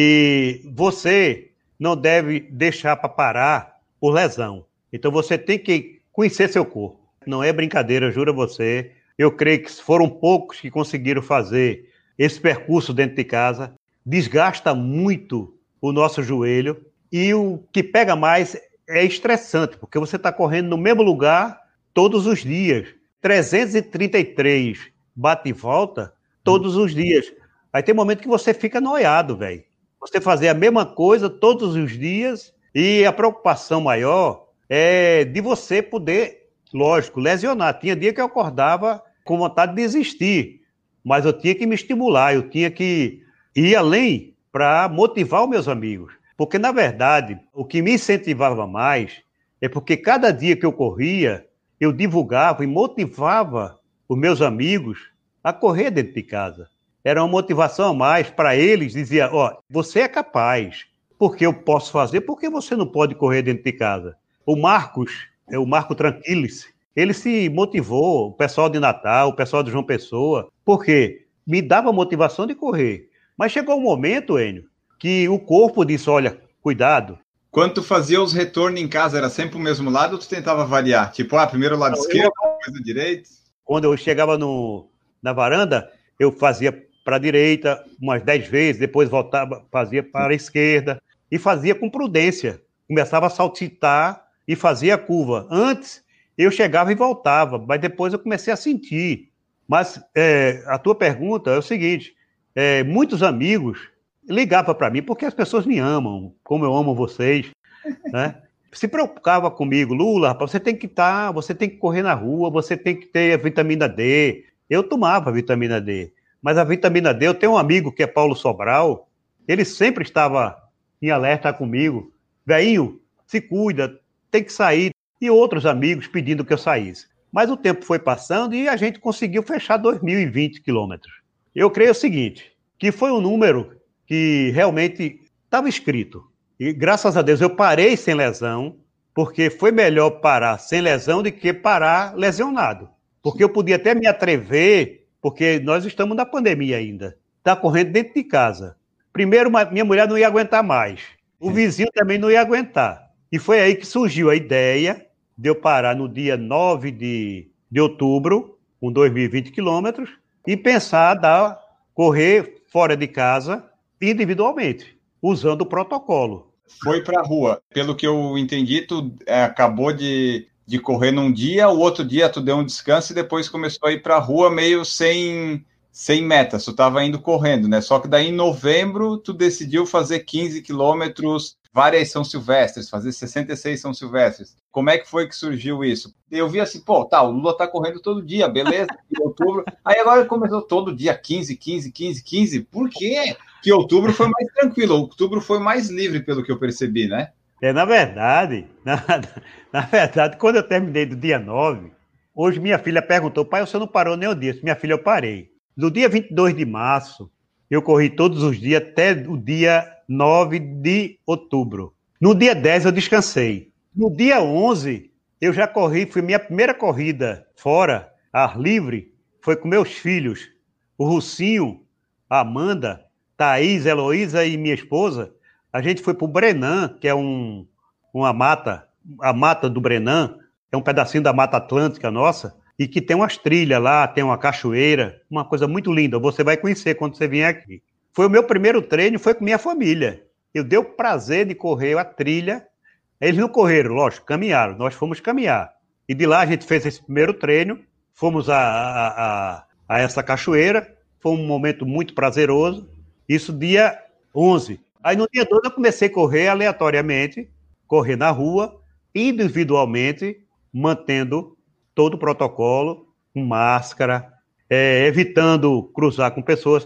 E você não deve deixar para parar por lesão. Então você tem que conhecer seu corpo. Não é brincadeira, eu juro a você. Eu creio que foram poucos que conseguiram fazer esse percurso dentro de casa. Desgasta muito o nosso joelho. E o que pega mais é estressante, porque você está correndo no mesmo lugar todos os dias. trezentos e trinta e três bate e volta todos os dias. Aí tem momento que você fica noiado, velho. Você fazer a mesma coisa todos os dias e a preocupação maior é de você poder, lógico, lesionar. Tinha dia que eu acordava com vontade de desistir, mas eu tinha que me estimular, eu tinha que ir além para motivar os meus amigos. Porque, na verdade, o que me incentivava mais é porque cada dia que eu corria, eu divulgava e motivava os meus amigos a correr dentro de casa. Era uma motivação a mais para eles, dizia, ó, você é capaz, porque eu posso fazer, porque você não pode correr dentro de casa. O Marcos, é o Marco Tranquilis, ele se motivou, o pessoal de Natal, o pessoal de João Pessoa, porque me dava motivação de correr. Mas chegou um momento, Enio, que o corpo disse, olha, cuidado. Quando tu fazia os retornos em casa, era sempre o mesmo lado ou tu tentava variar? Tipo, ah, primeiro o lado não, esquerdo, eu... depois o direito? Quando eu chegava no, na varanda, eu fazia para a direita umas dez vezes, depois voltava, fazia para a esquerda e fazia com prudência. Começava a saltitar e fazia a curva. Antes, eu chegava e voltava, mas depois eu comecei a sentir. Mas é, a tua pergunta é o seguinte, é, muitos amigos ligavam para mim, porque as pessoas me amam, como eu amo vocês, né? Se preocupava comigo, Lula, rapaz, você tem que estar, você tem que correr na rua, você tem que ter a vitamina D. Eu tomava vitamina D, mas a vitamina D, eu tenho um amigo que é Paulo Sobral, ele sempre estava em alerta comigo, velhinho, se cuida, tem que sair, e outros amigos pedindo que eu saísse. Mas o tempo foi passando e a gente conseguiu fechar dois mil e vinte quilômetros. Eu creio o seguinte, que foi um número que realmente estava escrito. E graças a Deus eu parei sem lesão, porque foi melhor parar sem lesão do que parar lesionado. Porque eu podia até me atrever, porque nós estamos na pandemia ainda. Está correndo dentro de casa. Primeiro, minha mulher não ia aguentar mais. O vizinho também não ia aguentar. E foi aí que surgiu a ideia de eu parar no dia nove de, de outubro, com dois mil e vinte quilômetros, e pensar dar, correr fora de casa individualmente, usando o protocolo. Foi para a rua. Pelo que eu entendi, tu é, acabou de, de correr num dia, o outro dia tu deu um descanso e depois começou a ir para a rua meio sem, sem meta. Tu estava indo correndo, né? Só que daí em novembro tu decidiu fazer quinze quilômetros, várias São Silvestres, fazer sessenta e seis São Silvestres. Como é que foi que surgiu isso? Eu vi assim, pô, tá, o Lula tá correndo todo dia, beleza, em outubro. Aí agora começou todo dia, quinze, quinze, quinze, quinze. Por quê? Que outubro foi mais tranquilo, outubro foi mais livre, pelo que eu percebi, né? É, na verdade, na, na verdade, quando eu terminei do dia nove, hoje minha filha perguntou, pai, você não parou nem o dia? Minha filha, eu parei. No dia vinte e dois de março, eu corri todos os dias até o dia nove de outubro. No dia dez eu descansei. No dia onze, eu já corri, foi minha primeira corrida fora, ar livre, foi com meus filhos, o Russinho, a Amanda, Thaís, Heloísa e minha esposa. A gente foi para o Brenan, que é um, uma mata, a mata do Brenan, é um pedacinho da Mata Atlântica nossa, e que tem umas trilhas lá, tem uma cachoeira, uma coisa muito linda, você vai conhecer quando você vier aqui. Foi o meu primeiro treino, foi com minha família. Eu dei o prazer de correr a trilha. Eles não correram, lógico, caminharam, nós fomos caminhar. E de lá a gente fez esse primeiro treino, fomos a, a, a, a essa cachoeira, foi um momento muito prazeroso, isso dia onze. Aí no dia doze eu comecei a correr aleatoriamente, correr na rua, individualmente, mantendo todo o protocolo, com máscara, é, evitando cruzar com pessoas.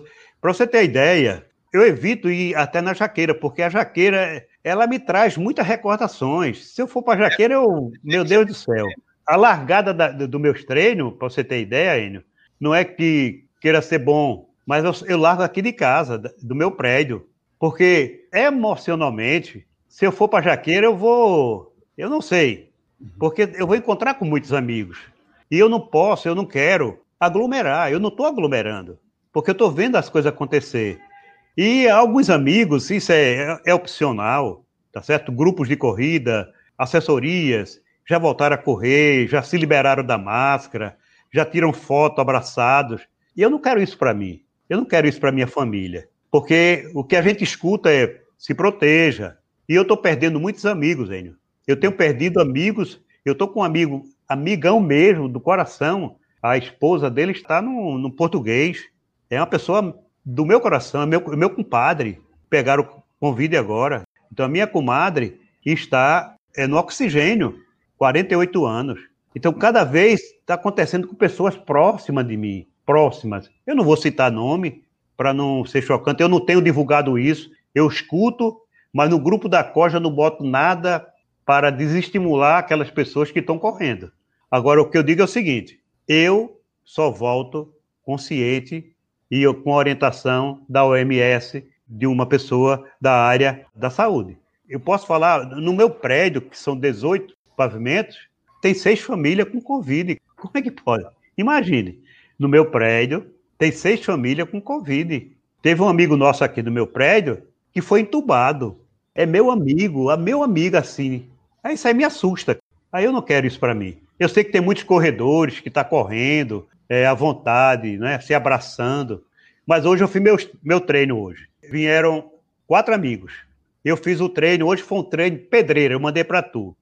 Para você ter ideia, eu evito ir até na Jaqueira, porque a Jaqueira, ela me traz muitas recordações. Se eu for para a Jaqueira, eu, meu Deus do céu. A largada da, do meus treinos, para você ter ideia, Enio, não é que queira ser bom, mas eu, eu largo aqui de casa, do meu prédio, porque emocionalmente, se eu for para a Jaqueira, eu vou, eu não sei, porque eu vou encontrar com muitos amigos, e eu não posso, eu não quero aglomerar, eu não estou aglomerando, porque eu estou vendo as coisas acontecer. E alguns amigos, isso é, é opcional, tá certo? Grupos de corrida, assessorias, já voltaram a correr, já se liberaram da máscara, já tiram foto abraçados. E eu não quero isso para mim. Eu não quero isso para minha família. Porque o que a gente escuta é se proteja. E eu estou perdendo muitos amigos, Enio. Eu tenho perdido amigos. Eu estou com um amigo, amigão mesmo, do coração. A esposa dele está no, no português. É uma pessoa do meu coração, é meu, meu compadre. Pegaram o convite agora. Então a minha comadre está é, no oxigênio. quarenta e oito anos. Então, cada vez está acontecendo com pessoas próximas de mim, próximas. Eu não vou citar nome para não ser chocante, eu não tenho divulgado isso, eu escuto, mas no grupo da Coja eu não boto nada para desestimular aquelas pessoas que estão correndo. Agora, o que eu digo é o seguinte, eu só volto consciente e eu, com orientação da O M S, de uma pessoa da área da saúde. Eu posso falar, no meu prédio, que são dezoito pavimentos, tem seis famílias com Covid. Como é que pode? Imagine, no meu prédio, tem seis famílias com Covid. Teve um amigo nosso aqui no meu prédio que foi entubado. É meu amigo, é meu amigo assim. Aí isso aí me assusta. Aí eu não quero isso para mim. Eu sei que tem muitos corredores que estão tá correndo é, à vontade, né, se abraçando. Mas hoje eu fiz meu, meu treino hoje. Vieram quatro amigos. Eu fiz o treino, hoje foi um treino pedreira, eu mandei para tu.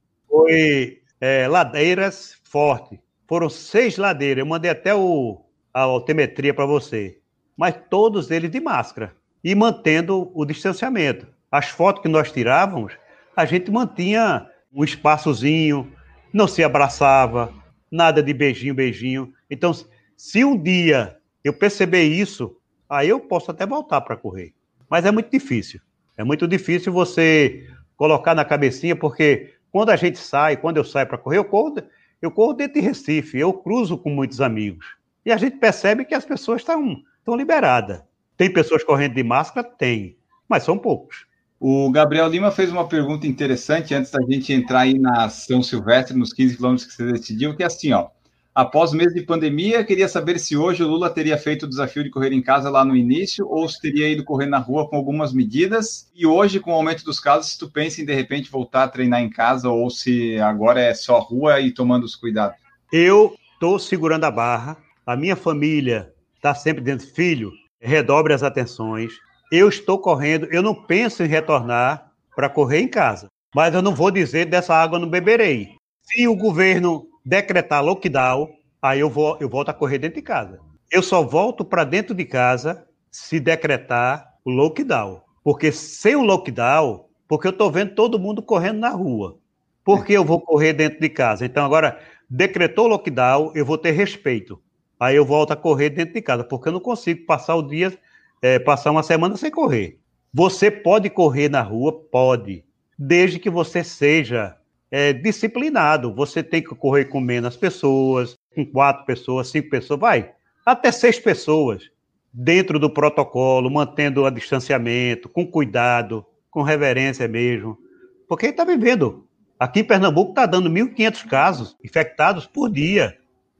Foi é, ladeiras fortes. Foram seis ladeiras. Eu mandei até o, a altimetria para você. Mas todos eles de máscara. E mantendo o distanciamento. As fotos que nós tirávamos, a gente mantinha um espaçozinho, não se abraçava, nada de beijinho, beijinho. Então, se um dia eu perceber isso, aí eu posso até voltar para correr. Mas é muito difícil. É muito difícil você colocar na cabecinha, porque quando a gente sai, quando eu saio para correr, eu corro, eu corro dentro de Recife, eu cruzo com muitos amigos. E a gente percebe que as pessoas estão, estão liberadas. Tem pessoas correndo de máscara? Tem, mas são poucos. O Gabriel Lima fez uma pergunta interessante antes da gente entrar aí na São Silvestre, nos quinze quilômetros que você decidiu, que é assim, ó. Após o mês de pandemia, queria saber se hoje o Lula teria feito o desafio de correr em casa lá no início ou se teria ido correr na rua com algumas medidas. E hoje, com o aumento dos casos, se tu pensa em, de repente, voltar a treinar em casa ou se agora é só rua e tomando os cuidados. Eu estou segurando a barra. A minha família está sempre dentro. Filho, redobre as atenções. Eu estou correndo. Eu não penso em retornar para correr em casa. Mas eu não vou dizer dessa água não beberei. Se o governo decretar lockdown, aí eu, vou, eu volto a correr dentro de casa. Eu só volto para dentro de casa se decretar o lockdown. Porque sem o lockdown, porque eu estou vendo todo mundo correndo na rua. Por que eu vou correr dentro de casa? Então agora, decretou o lockdown, eu vou ter respeito. Aí eu volto a correr dentro de casa, porque eu não consigo passar o dia, é, passar uma semana sem correr. Você pode correr na rua? Pode. Desde que você seja É, disciplinado, você tem que correr com menos pessoas, com quatro pessoas, cinco pessoas, vai, até seis pessoas, dentro do protocolo, mantendo o distanciamento, com cuidado, com reverência mesmo, porque está vivendo. Aqui em Pernambuco está dando mil e quinhentos casos infectados por dia,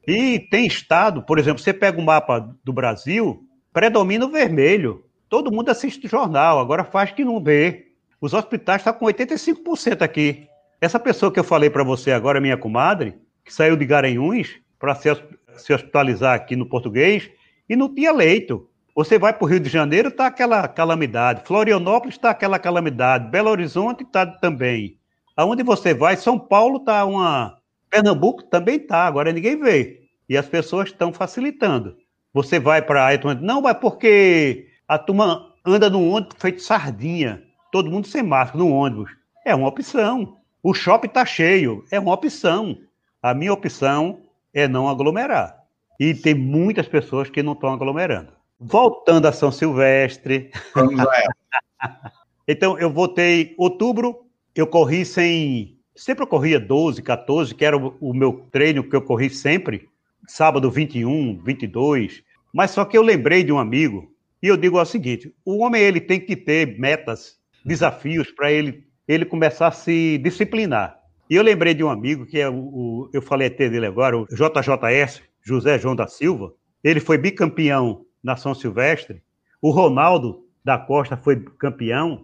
e tem estado, por exemplo, você pega o mapa do Brasil, predomina o vermelho, todo mundo assiste o jornal, agora faz que não vê, os hospitais estão com oitenta e cinco por cento aqui. Essa pessoa que eu falei para você agora, minha comadre, que saiu de Garanhuns para se, se hospitalizar aqui no Português e não tinha leito. Você vai para o Rio de Janeiro, está aquela calamidade. Florianópolis está aquela calamidade. Belo Horizonte está também. Aonde você vai, São Paulo está uma... Pernambuco também está, agora ninguém vê. E as pessoas estão facilitando. Você vai para Ayrton, não vai porque a turma anda no ônibus feito sardinha. Todo mundo sem máscara no ônibus. É uma opção. O shopping está cheio, é uma opção. A minha opção é não aglomerar. E tem muitas pessoas que não estão aglomerando. Voltando a São Silvestre. Vamos a ela. Então, eu voltei outubro, eu corri sem... Sempre eu corria doze, quatorze, que era o, o meu treino que eu corri sempre. Sábado vinte e um, vinte e dois. Mas só que eu lembrei de um amigo, e eu digo o seguinte, o homem ele tem que ter metas, desafios, para ele, ele começar a se disciplinar. E eu lembrei de um amigo, que é o, o eu falei até dele agora, o J J S, José João da Silva. Ele foi bicampeão na São Silvestre. O Ronaldo da Costa foi campeão.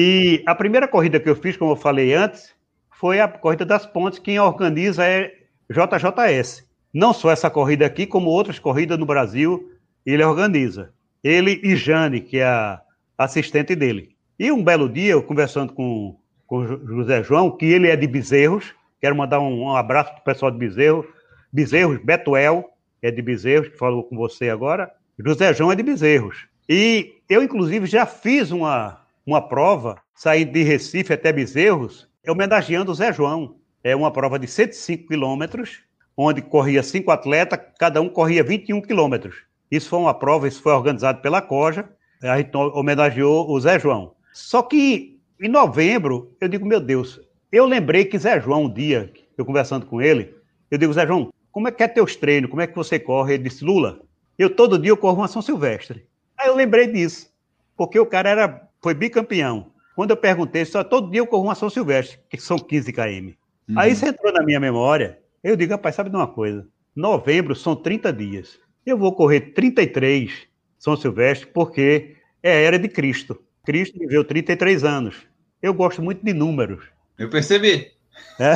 E a primeira corrida que eu fiz, como eu falei antes, foi a Corrida das Pontes. Quem organiza é J J S. Não só essa corrida aqui, como outras corridas no Brasil, ele organiza. Ele e Jane, que é a assistente dele. E um belo dia, eu conversando com, com o José João, que ele é de Bezerros, quero mandar um, um abraço para o pessoal de Bezerros, Bezerros, Betuel, é de Bezerros, que falou com você agora. José João é de Bezerros. E eu, inclusive, já fiz uma, uma prova, saindo de Recife até Bezerros, homenageando o Zé João. É uma prova de cento e cinco quilômetros, onde corria cinco atletas, cada um corria vinte e um quilômetros. Isso foi uma prova, isso foi organizado pela Coja, a gente homenageou o Zé João. Só que, em novembro, eu digo, meu Deus, eu lembrei que Zé João, um dia, eu conversando com ele, eu digo, Zé João, como é que é teus treinos, como é que você corre? Ele disse, Lula, eu todo dia eu corro uma São Silvestre. Aí eu lembrei disso, porque o cara era, foi bicampeão. Quando eu perguntei, só todo dia eu corro uma São Silvestre, que são quinze quilômetros. Uhum. Aí isso entrou na minha memória. Eu digo, rapaz, sabe de uma coisa? Novembro são trinta dias. Eu vou correr trinta e três São Silvestre porque é a era de Cristo. Cristo viveu trinta e três anos. Eu gosto muito de números. Eu percebi. É.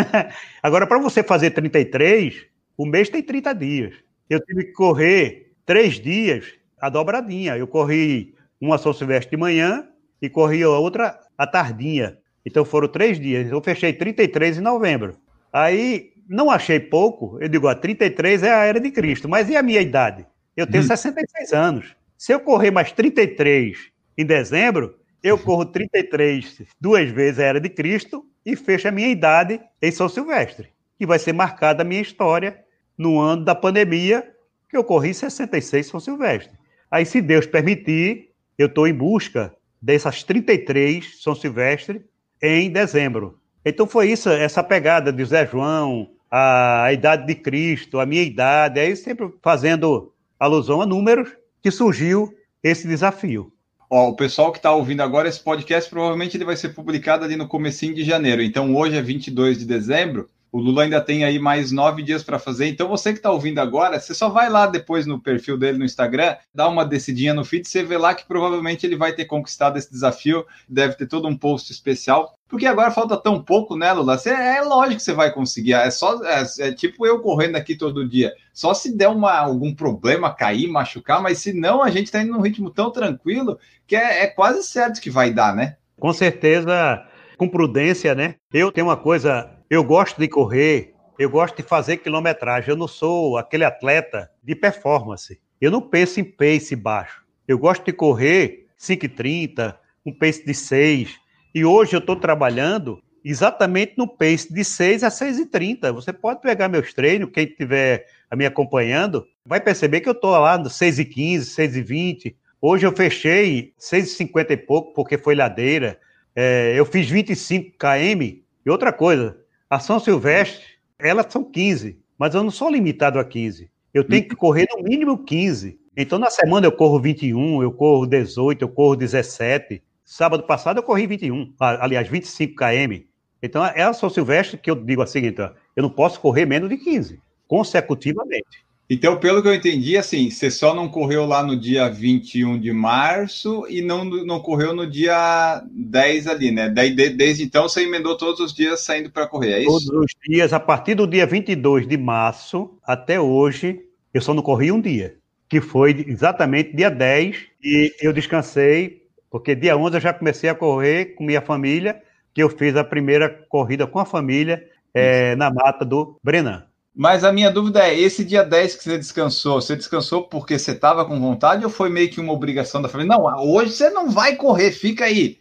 Agora, para você fazer trinta e três, o mês tem trinta dias. Eu tive que correr três dias a dobradinha. Eu corri uma São Silvestre de manhã e corri a outra à tardinha. Então foram três dias. Eu fechei trinta e três em novembro. Aí não achei pouco. Eu digo, a trinta e três é a era de Cristo. Mas e a minha idade? Eu tenho hum. sessenta e seis anos. Se eu correr mais trinta e três em dezembro, eu corro trinta e três duas vezes a era de Cristo e fecho a minha idade em São Silvestre, que vai ser marcada a minha história no ano da pandemia, que eu corri sessenta e seis São Silvestre. Aí, se Deus permitir, eu estou em busca dessas trinta e três São Silvestre em dezembro. Então foi isso, essa pegada de Zé João, a, a idade de Cristo, a minha idade, aí sempre fazendo alusão a números, que surgiu esse desafio. Ó, o pessoal que está ouvindo agora esse podcast, provavelmente ele vai ser publicado ali no comecinho de janeiro. Então hoje é vinte e dois de dezembro, o Lula ainda tem aí mais nove dias para fazer. Então você que está ouvindo agora, você só vai lá depois no perfil dele no Instagram, dá uma descidinha no feed, você vê lá que provavelmente ele vai ter conquistado esse desafio, deve ter todo um post especial. Porque agora falta tão pouco, né, Lula? Você, é lógico que você vai conseguir. É só é, é tipo eu correndo aqui todo dia. Só se der uma, algum problema, cair, machucar, mas se não, a gente está indo num ritmo tão tranquilo que é, é quase certo que vai dar, né? Com certeza, com prudência, né? Eu tenho uma coisa, eu gosto de correr, eu gosto de fazer quilometragem. Eu não sou aquele atleta de performance. Eu não penso em pace baixo. Eu gosto de correr cinco e trinta, um pace de seis. E hoje eu estou trabalhando exatamente no pace de seis a seis e trinta. Você pode pegar meus treinos, quem estiver me acompanhando, vai perceber que eu estou lá no seis e quinze, seis e vinte. Hoje eu fechei seis e cinquenta e pouco, porque foi ladeira. É, eu fiz vinte e cinco quilômetros. E outra coisa, a São Silvestre, elas são quinze, mas eu não sou limitado a quinze. Eu tenho que correr no mínimo quinze. Então, na semana eu corro vinte e um, eu corro dezoito, eu corro dezessete. Sábado passado eu corri vinte e um, aliás, vinte e cinco quilômetros. Então é a São Silvestre que eu digo assim, então, eu não posso correr menos de quinze, consecutivamente. Então, pelo que eu entendi, assim, você só não correu lá no dia vinte e um de março e não, não correu no dia dez ali, né? Daí, de, desde então, você emendou todos os dias saindo para correr, é isso? Todos os dias, a partir do dia vinte e dois de março até hoje, eu só não corri um dia, que foi exatamente dia dez, e eu descansei. Porque dia onze eu já comecei a correr com minha família, que eu fiz a primeira corrida com a família é, na mata do Brenan. Mas a minha dúvida é, esse dia dez que você descansou, você descansou porque você estava com vontade ou foi meio que uma obrigação da família? Não, hoje você não vai correr, fica aí.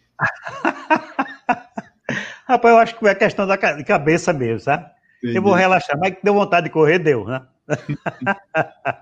Rapaz, eu acho que é questão da cabeça mesmo, sabe? Entendi. Eu vou relaxar, mas deu vontade de correr, deu, né?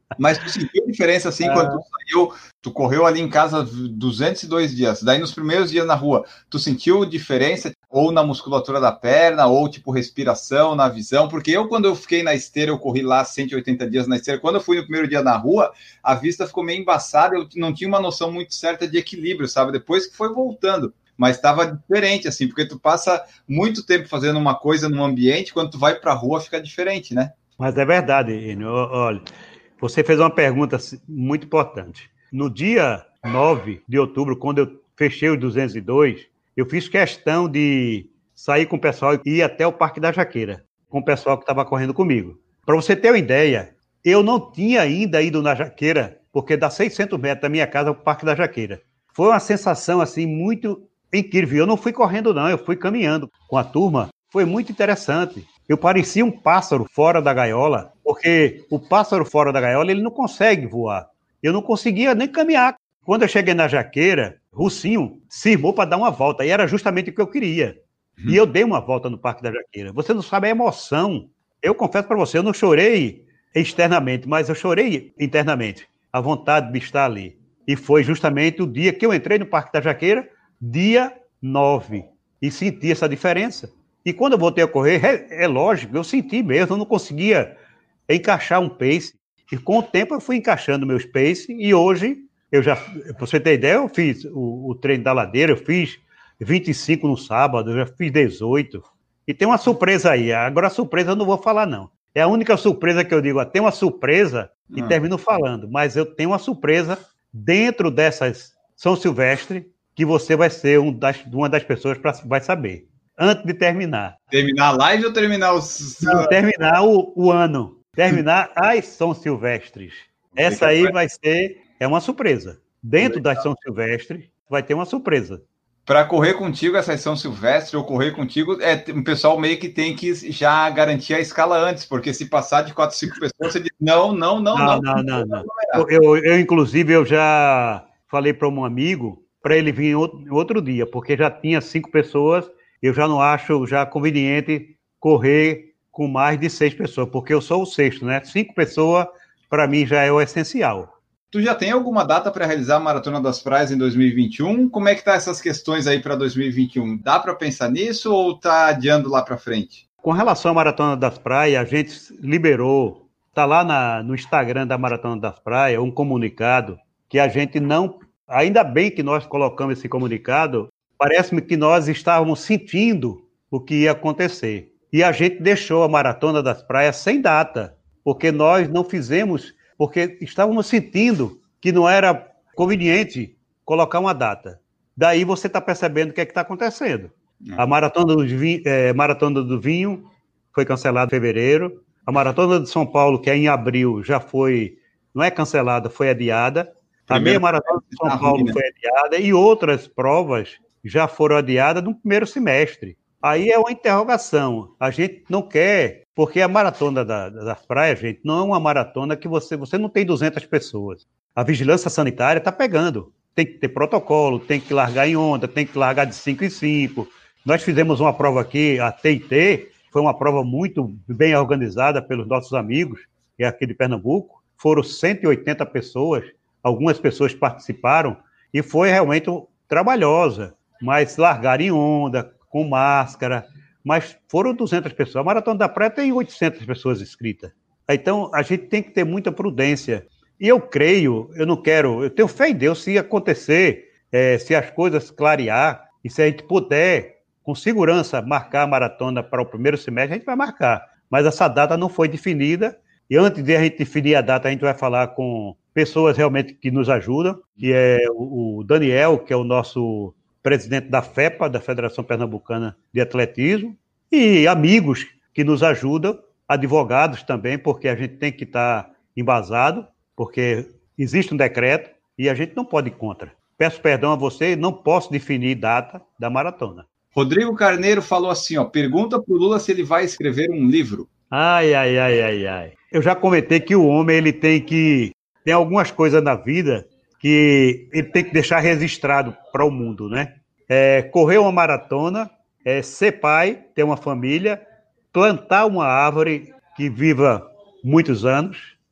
Mas tu sentiu a diferença assim, ah. quando tu saiu, tu correu ali em casa duzentos e dois dias, daí nos primeiros dias na rua, tu sentiu diferença ou na musculatura da perna, ou tipo respiração, na visão? Porque eu, quando eu fiquei na esteira, eu corri lá cento e oitenta dias na esteira, quando eu fui no primeiro dia na rua, a vista ficou meio embaçada, eu não tinha uma noção muito certa de equilíbrio, sabe? Depois que foi voltando. Mas estava diferente, assim, porque tu passa muito tempo fazendo uma coisa num ambiente, quando tu vai pra rua fica diferente, né? Mas é verdade, Enio. Olha, você fez uma pergunta muito importante. No dia nove de outubro, quando eu fechei os duzentos e dois, eu fiz questão de sair com o pessoal e ir até o Parque da Jaqueira, com o pessoal que estava correndo comigo. Para você ter uma ideia, eu não tinha ainda ido na Jaqueira, porque dá seiscentos metros da minha casa ao Parque da Jaqueira. Foi uma sensação, assim, muito incrível. Eu não fui correndo, não, eu fui caminhando com a turma. Foi muito interessante. Eu parecia um pássaro fora da gaiola, porque o pássaro fora da gaiola, ele não consegue voar. Eu não conseguia nem caminhar. Quando eu cheguei na Jaqueira, Russinho cismou para dar uma volta, e era justamente o que eu queria. Uhum. E eu dei uma volta no Parque da Jaqueira. Você não sabe a emoção. Eu confesso para você, eu não chorei externamente, mas eu chorei internamente. A vontade de estar ali. E foi justamente o dia que eu entrei no Parque da Jaqueira, dia nove, e senti essa diferença. E quando eu voltei a correr, é, é lógico, eu senti mesmo, eu não conseguia encaixar um pace. E com o tempo eu fui encaixando meus pace, e hoje, eu já, pra você ter ideia, eu fiz o, o treino da ladeira, eu fiz vinte e cinco no sábado, eu já fiz dezoito. E tem uma surpresa aí. Agora a surpresa eu não vou falar, não. É a única surpresa que eu digo, ó, tem uma surpresa, e hum. termino falando, mas eu tenho uma surpresa dentro dessas São Silvestre, que você vai ser um das, uma das pessoas que vai saber. Antes de terminar. Terminar a live ou terminar os... Não, terminar o, o ano. Terminar as São Silvestres. Essa aí vai ser... É uma surpresa. Dentro das São Silvestres, vai ter uma surpresa. Para correr contigo essa São Silvestre ou correr contigo, é, o pessoal meio que tem que já garantir a escala antes, porque se passar de quatro, cinco pessoas, você diz não, não, não, não. Não, não, não. não, não. Eu, eu, inclusive, eu já falei para um amigo para ele vir outro, outro dia, porque já tinha cinco pessoas, eu já não acho já conveniente correr com mais de seis pessoas, porque eu sou o sexto, né? Cinco pessoas, para mim, já é o essencial. Tu já tem alguma data para realizar a Maratona das Praias em dois mil e vinte e um? Como é que tá essas questões aí para dois mil e vinte e um? Dá para pensar nisso ou tá adiando lá para frente? Com relação à Maratona das Praias, a gente liberou, tá lá na, no Instagram da Maratona das Praias, um comunicado que a gente não... Ainda bem que nós colocamos esse comunicado, parece-me que nós estávamos sentindo o que ia acontecer. E a gente deixou a Maratona das Praias sem data, porque nós não fizemos, porque estávamos sentindo que não era conveniente colocar uma data. Daí você está percebendo o que é que está acontecendo. A Maratona do, Vinho, é, Maratona do Vinho foi cancelada em fevereiro, a Maratona de São Paulo, que é em abril, já foi, não é cancelada, foi adiada. A meia maratona de São Paulo foi adiada e outras provas já foram adiadas no primeiro semestre. Aí é uma interrogação. A gente não quer, porque a maratona da, das praias, gente, não é uma maratona que você, você não tem duzentas pessoas. A vigilância sanitária está pegando. Tem que ter protocolo, tem que largar em onda, tem que largar de cinco em cinco. Nós fizemos uma prova aqui, a T I T, foi uma prova muito bem organizada pelos nossos amigos, que é aqui de Pernambuco. Foram cento e oitenta pessoas. Algumas pessoas participaram e foi realmente trabalhosa, mas largaram em onda, com máscara, mas foram duzentas pessoas. A Maratona da Praia tem oitocentas pessoas inscritas. Então, a gente tem que ter muita prudência. E eu creio, eu não quero, eu tenho fé em Deus, se acontecer, é, se as coisas clarear, e se a gente puder, com segurança, marcar a maratona para o primeiro semestre, a gente vai marcar. Mas essa data não foi definida, e antes de a gente definir a data, a gente vai falar com pessoas realmente que nos ajudam, que é o Daniel, que é o nosso presidente da FEPA, da Federação Pernambucana de Atletismo, e amigos que nos ajudam, advogados também, porque a gente tem que estar embasado, porque existe um decreto e a gente não pode ir contra. Peço perdão a você, não posso definir data da maratona. Rodrigo Carneiro falou assim, ó, pergunta para o Lula se ele vai escrever um livro. Ai, ai, ai, ai, ai. Eu já comentei que o homem, ele tem que... Tem algumas coisas na vida que ele tem que deixar registrado para o mundo, né? É, correr uma maratona, é, ser pai, ter uma família, plantar uma árvore que viva muitos anos,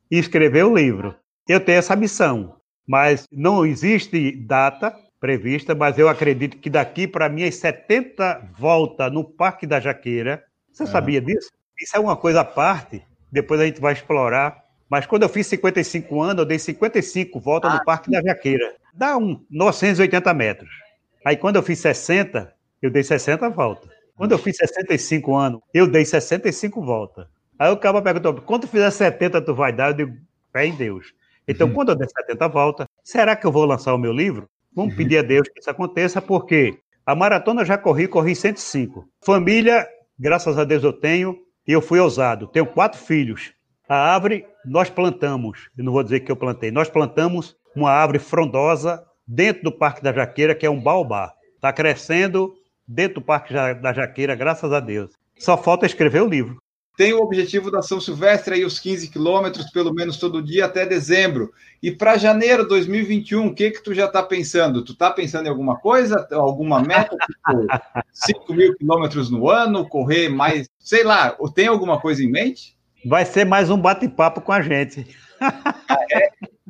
e escrever o livro. Eu tenho essa missão, mas não existe data prevista, mas eu acredito que daqui para minhas setenta voltas no Parque da Jaqueira, você é. sabia disso? Isso é uma coisa à parte, depois a gente vai explorar. Mas quando eu fiz cinquenta e cinco anos, eu dei cinquenta e cinco voltas ah, no Parque da Jaqueira. Dá uns novecentos e oitenta metros. Aí quando eu fiz sessenta, eu dei sessenta voltas. Quando eu fiz sessenta e cinco anos, eu dei sessenta e cinco voltas. Aí o cara perguntou, quando tu fizer setenta, tu vai dar? Eu digo, fé em Deus. Então, uhum. quando eu der setenta voltas, será que eu vou lançar o meu livro? Vamos uhum. pedir a Deus que isso aconteça, porque a maratona eu já corri, corri cento e cinco. Família, graças a Deus eu tenho, e eu fui ousado. Tenho quatro filhos. A árvore, nós plantamos, eu não vou dizer que eu plantei, nós plantamos uma árvore frondosa dentro do Parque da Jaqueira, que é um baobá. Está crescendo dentro do Parque da Jaqueira, graças a Deus. Só falta escrever o livro. Tem o objetivo da São Silvestre, aí os quinze quilômetros, pelo menos todo dia, até dezembro. E para janeiro de dois mil e vinte e um, o que que tu já está pensando? Tu está pensando em alguma coisa? Alguma meta? Tipo, cinco mil quilômetros no ano? Correr mais? Sei lá, tem alguma coisa em mente? Vai ser mais um bate-papo com a gente. Ah, é?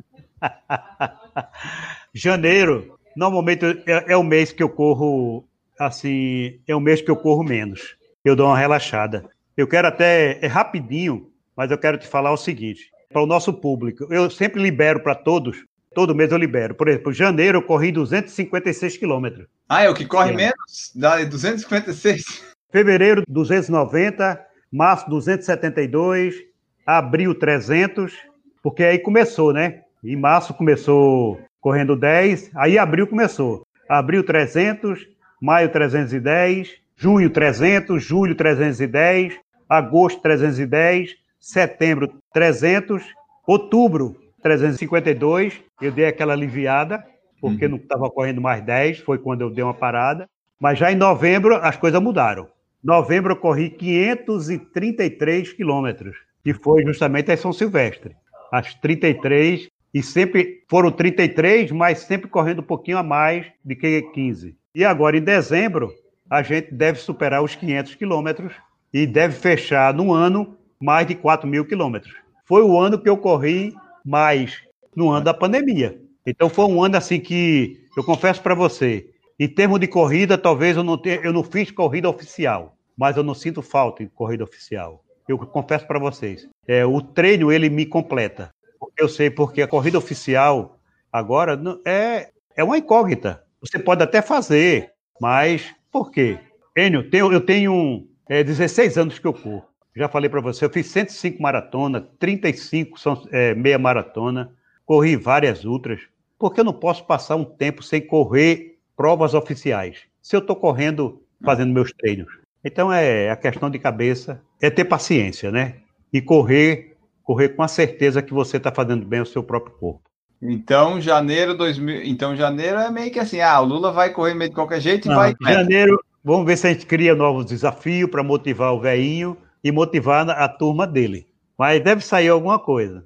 Janeiro, normalmente é, é o mês que eu corro, assim, é o mês que eu corro menos. Eu dou uma relaxada. Eu quero até, é rapidinho, mas eu quero te falar o seguinte, para o nosso público, eu sempre libero para todos, todo mês eu libero. Por exemplo, janeiro eu corri duzentos e cinquenta e seis quilômetros. Ah, é o que corre é. menos? Dá duzentos e cinquenta e seis? Fevereiro, duzentos e noventa, março, duzentos e setenta e dois, abril, trezentos, porque aí começou, né? Em março começou correndo dez, aí abril começou. Abril, trezentos, maio, trezentos e dez, junho, trezentos, julho, trezentos e dez, agosto, trezentos e dez, setembro, trezentos, outubro, trezentos e cinquenta e dois, eu dei aquela aliviada, porque uhum. não estava correndo mais dez, foi quando eu dei uma parada, mas já em novembro as coisas mudaram. Novembro eu corri quinhentos e trinta e três quilômetros, que foi justamente a São Silvestre. As trinta e três, e sempre foram trinta e três, mas sempre correndo um pouquinho a mais do que quinze. E agora em dezembro, a gente deve superar os quinhentos quilômetros e deve fechar no ano mais de quatro mil quilômetros. Foi o ano que eu corri mais, no ano da pandemia. Então foi um ano assim que, eu confesso para você, em termos de corrida, talvez eu não, tenha, eu não fiz corrida oficial, mas eu não sinto falta de corrida oficial. Eu confesso para vocês, é, o treino ele me completa. Eu sei porque a corrida oficial agora é, é uma incógnita. Você pode até fazer, mas por quê? Enio, eu tenho, eu tenho é, dezesseis anos que eu corro. Já falei para você, eu fiz cento e cinco maratonas, trinta e cinco são é, meia maratona, corri várias ultras, porque eu não posso passar um tempo sem correr provas oficiais, se eu estou correndo, fazendo meus treinos. Então é a questão de cabeça, é ter paciência, né? E correr, correr com a certeza que você está fazendo bem ao seu próprio corpo. Então, janeiro dois mil, então janeiro é meio que assim, ah, o Lula vai correr meio de qualquer jeito e não, vai... Janeiro, vamos ver se a gente cria novos desafios para motivar o velhinho e motivar a turma dele. Mas deve sair alguma coisa.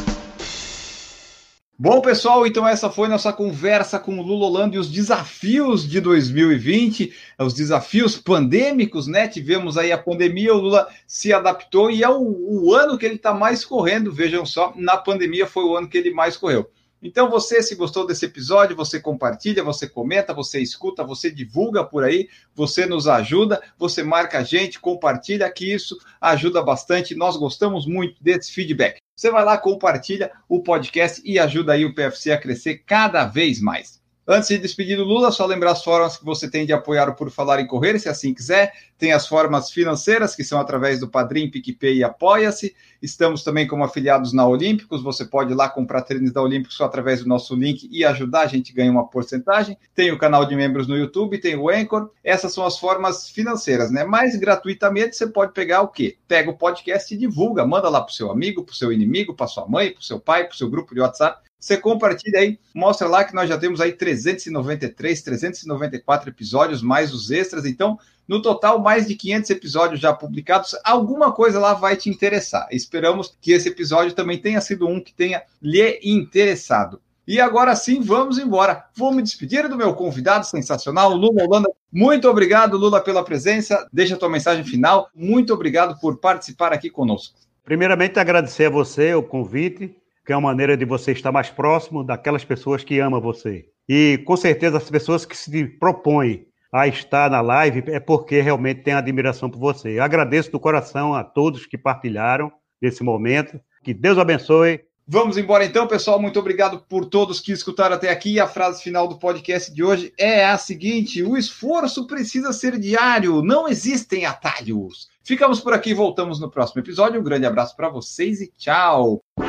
Bom, pessoal, então essa foi nossa conversa com o Lula Holanda e os desafios de dois mil e vinte, os desafios pandêmicos, né? Tivemos aí a pandemia, o Lula se adaptou e é o, o ano que ele está mais correndo, vejam só, na pandemia foi o ano que ele mais correu. Então você, se gostou desse episódio, você compartilha, você comenta, você escuta, você divulga por aí, você nos ajuda, você marca a gente, compartilha, que isso ajuda bastante. Nós gostamos muito desse feedback. Você vai lá, compartilha o podcast e ajuda aí o P F C a crescer cada vez mais. Antes de despedir do Lula, só lembrar as formas que você tem de apoiar o Por Falar em Correr, se assim quiser. Tem as formas financeiras, que são através do Padrim, PicPay e Apoia-se. Estamos também como afiliados na Olímpicos. Você pode ir lá comprar tênis da Olímpicos só através do nosso link e ajudar, a gente ganha uma porcentagem. Tem o canal de membros no YouTube, tem o Anchor. Essas são as formas financeiras, né? Mas gratuitamente você pode pegar o quê? Pega o podcast e divulga. Manda lá para o seu amigo, para o seu inimigo, para sua mãe, para o seu pai, para o seu grupo de WhatsApp. Você compartilha aí, mostra lá que nós já temos aí trezentos e noventa e três, trezentos e noventa e quatro episódios, mais os extras. Então, no total, mais de quinhentos episódios já publicados. Alguma coisa lá vai te interessar. Esperamos que esse episódio também tenha sido um que tenha lhe interessado. E agora sim, vamos embora. Vou me despedir do meu convidado sensacional, Lula Holanda. Muito obrigado, Lula, pela presença. Deixa a tua mensagem final. Muito obrigado por participar aqui conosco. Primeiramente, agradecer a você o convite, que é uma maneira de você estar mais próximo daquelas pessoas que amam você. E, com certeza, as pessoas que se propõem a estar na live é porque realmente têm admiração por você. Eu agradeço do coração a todos que partilharam desse momento. Que Deus abençoe. Vamos embora então, pessoal. Muito obrigado por todos que escutaram até aqui. A frase final do podcast de hoje é a seguinte: o esforço precisa ser diário, não existem atalhos. Ficamos por aqui e voltamos no próximo episódio. Um grande abraço para vocês e tchau!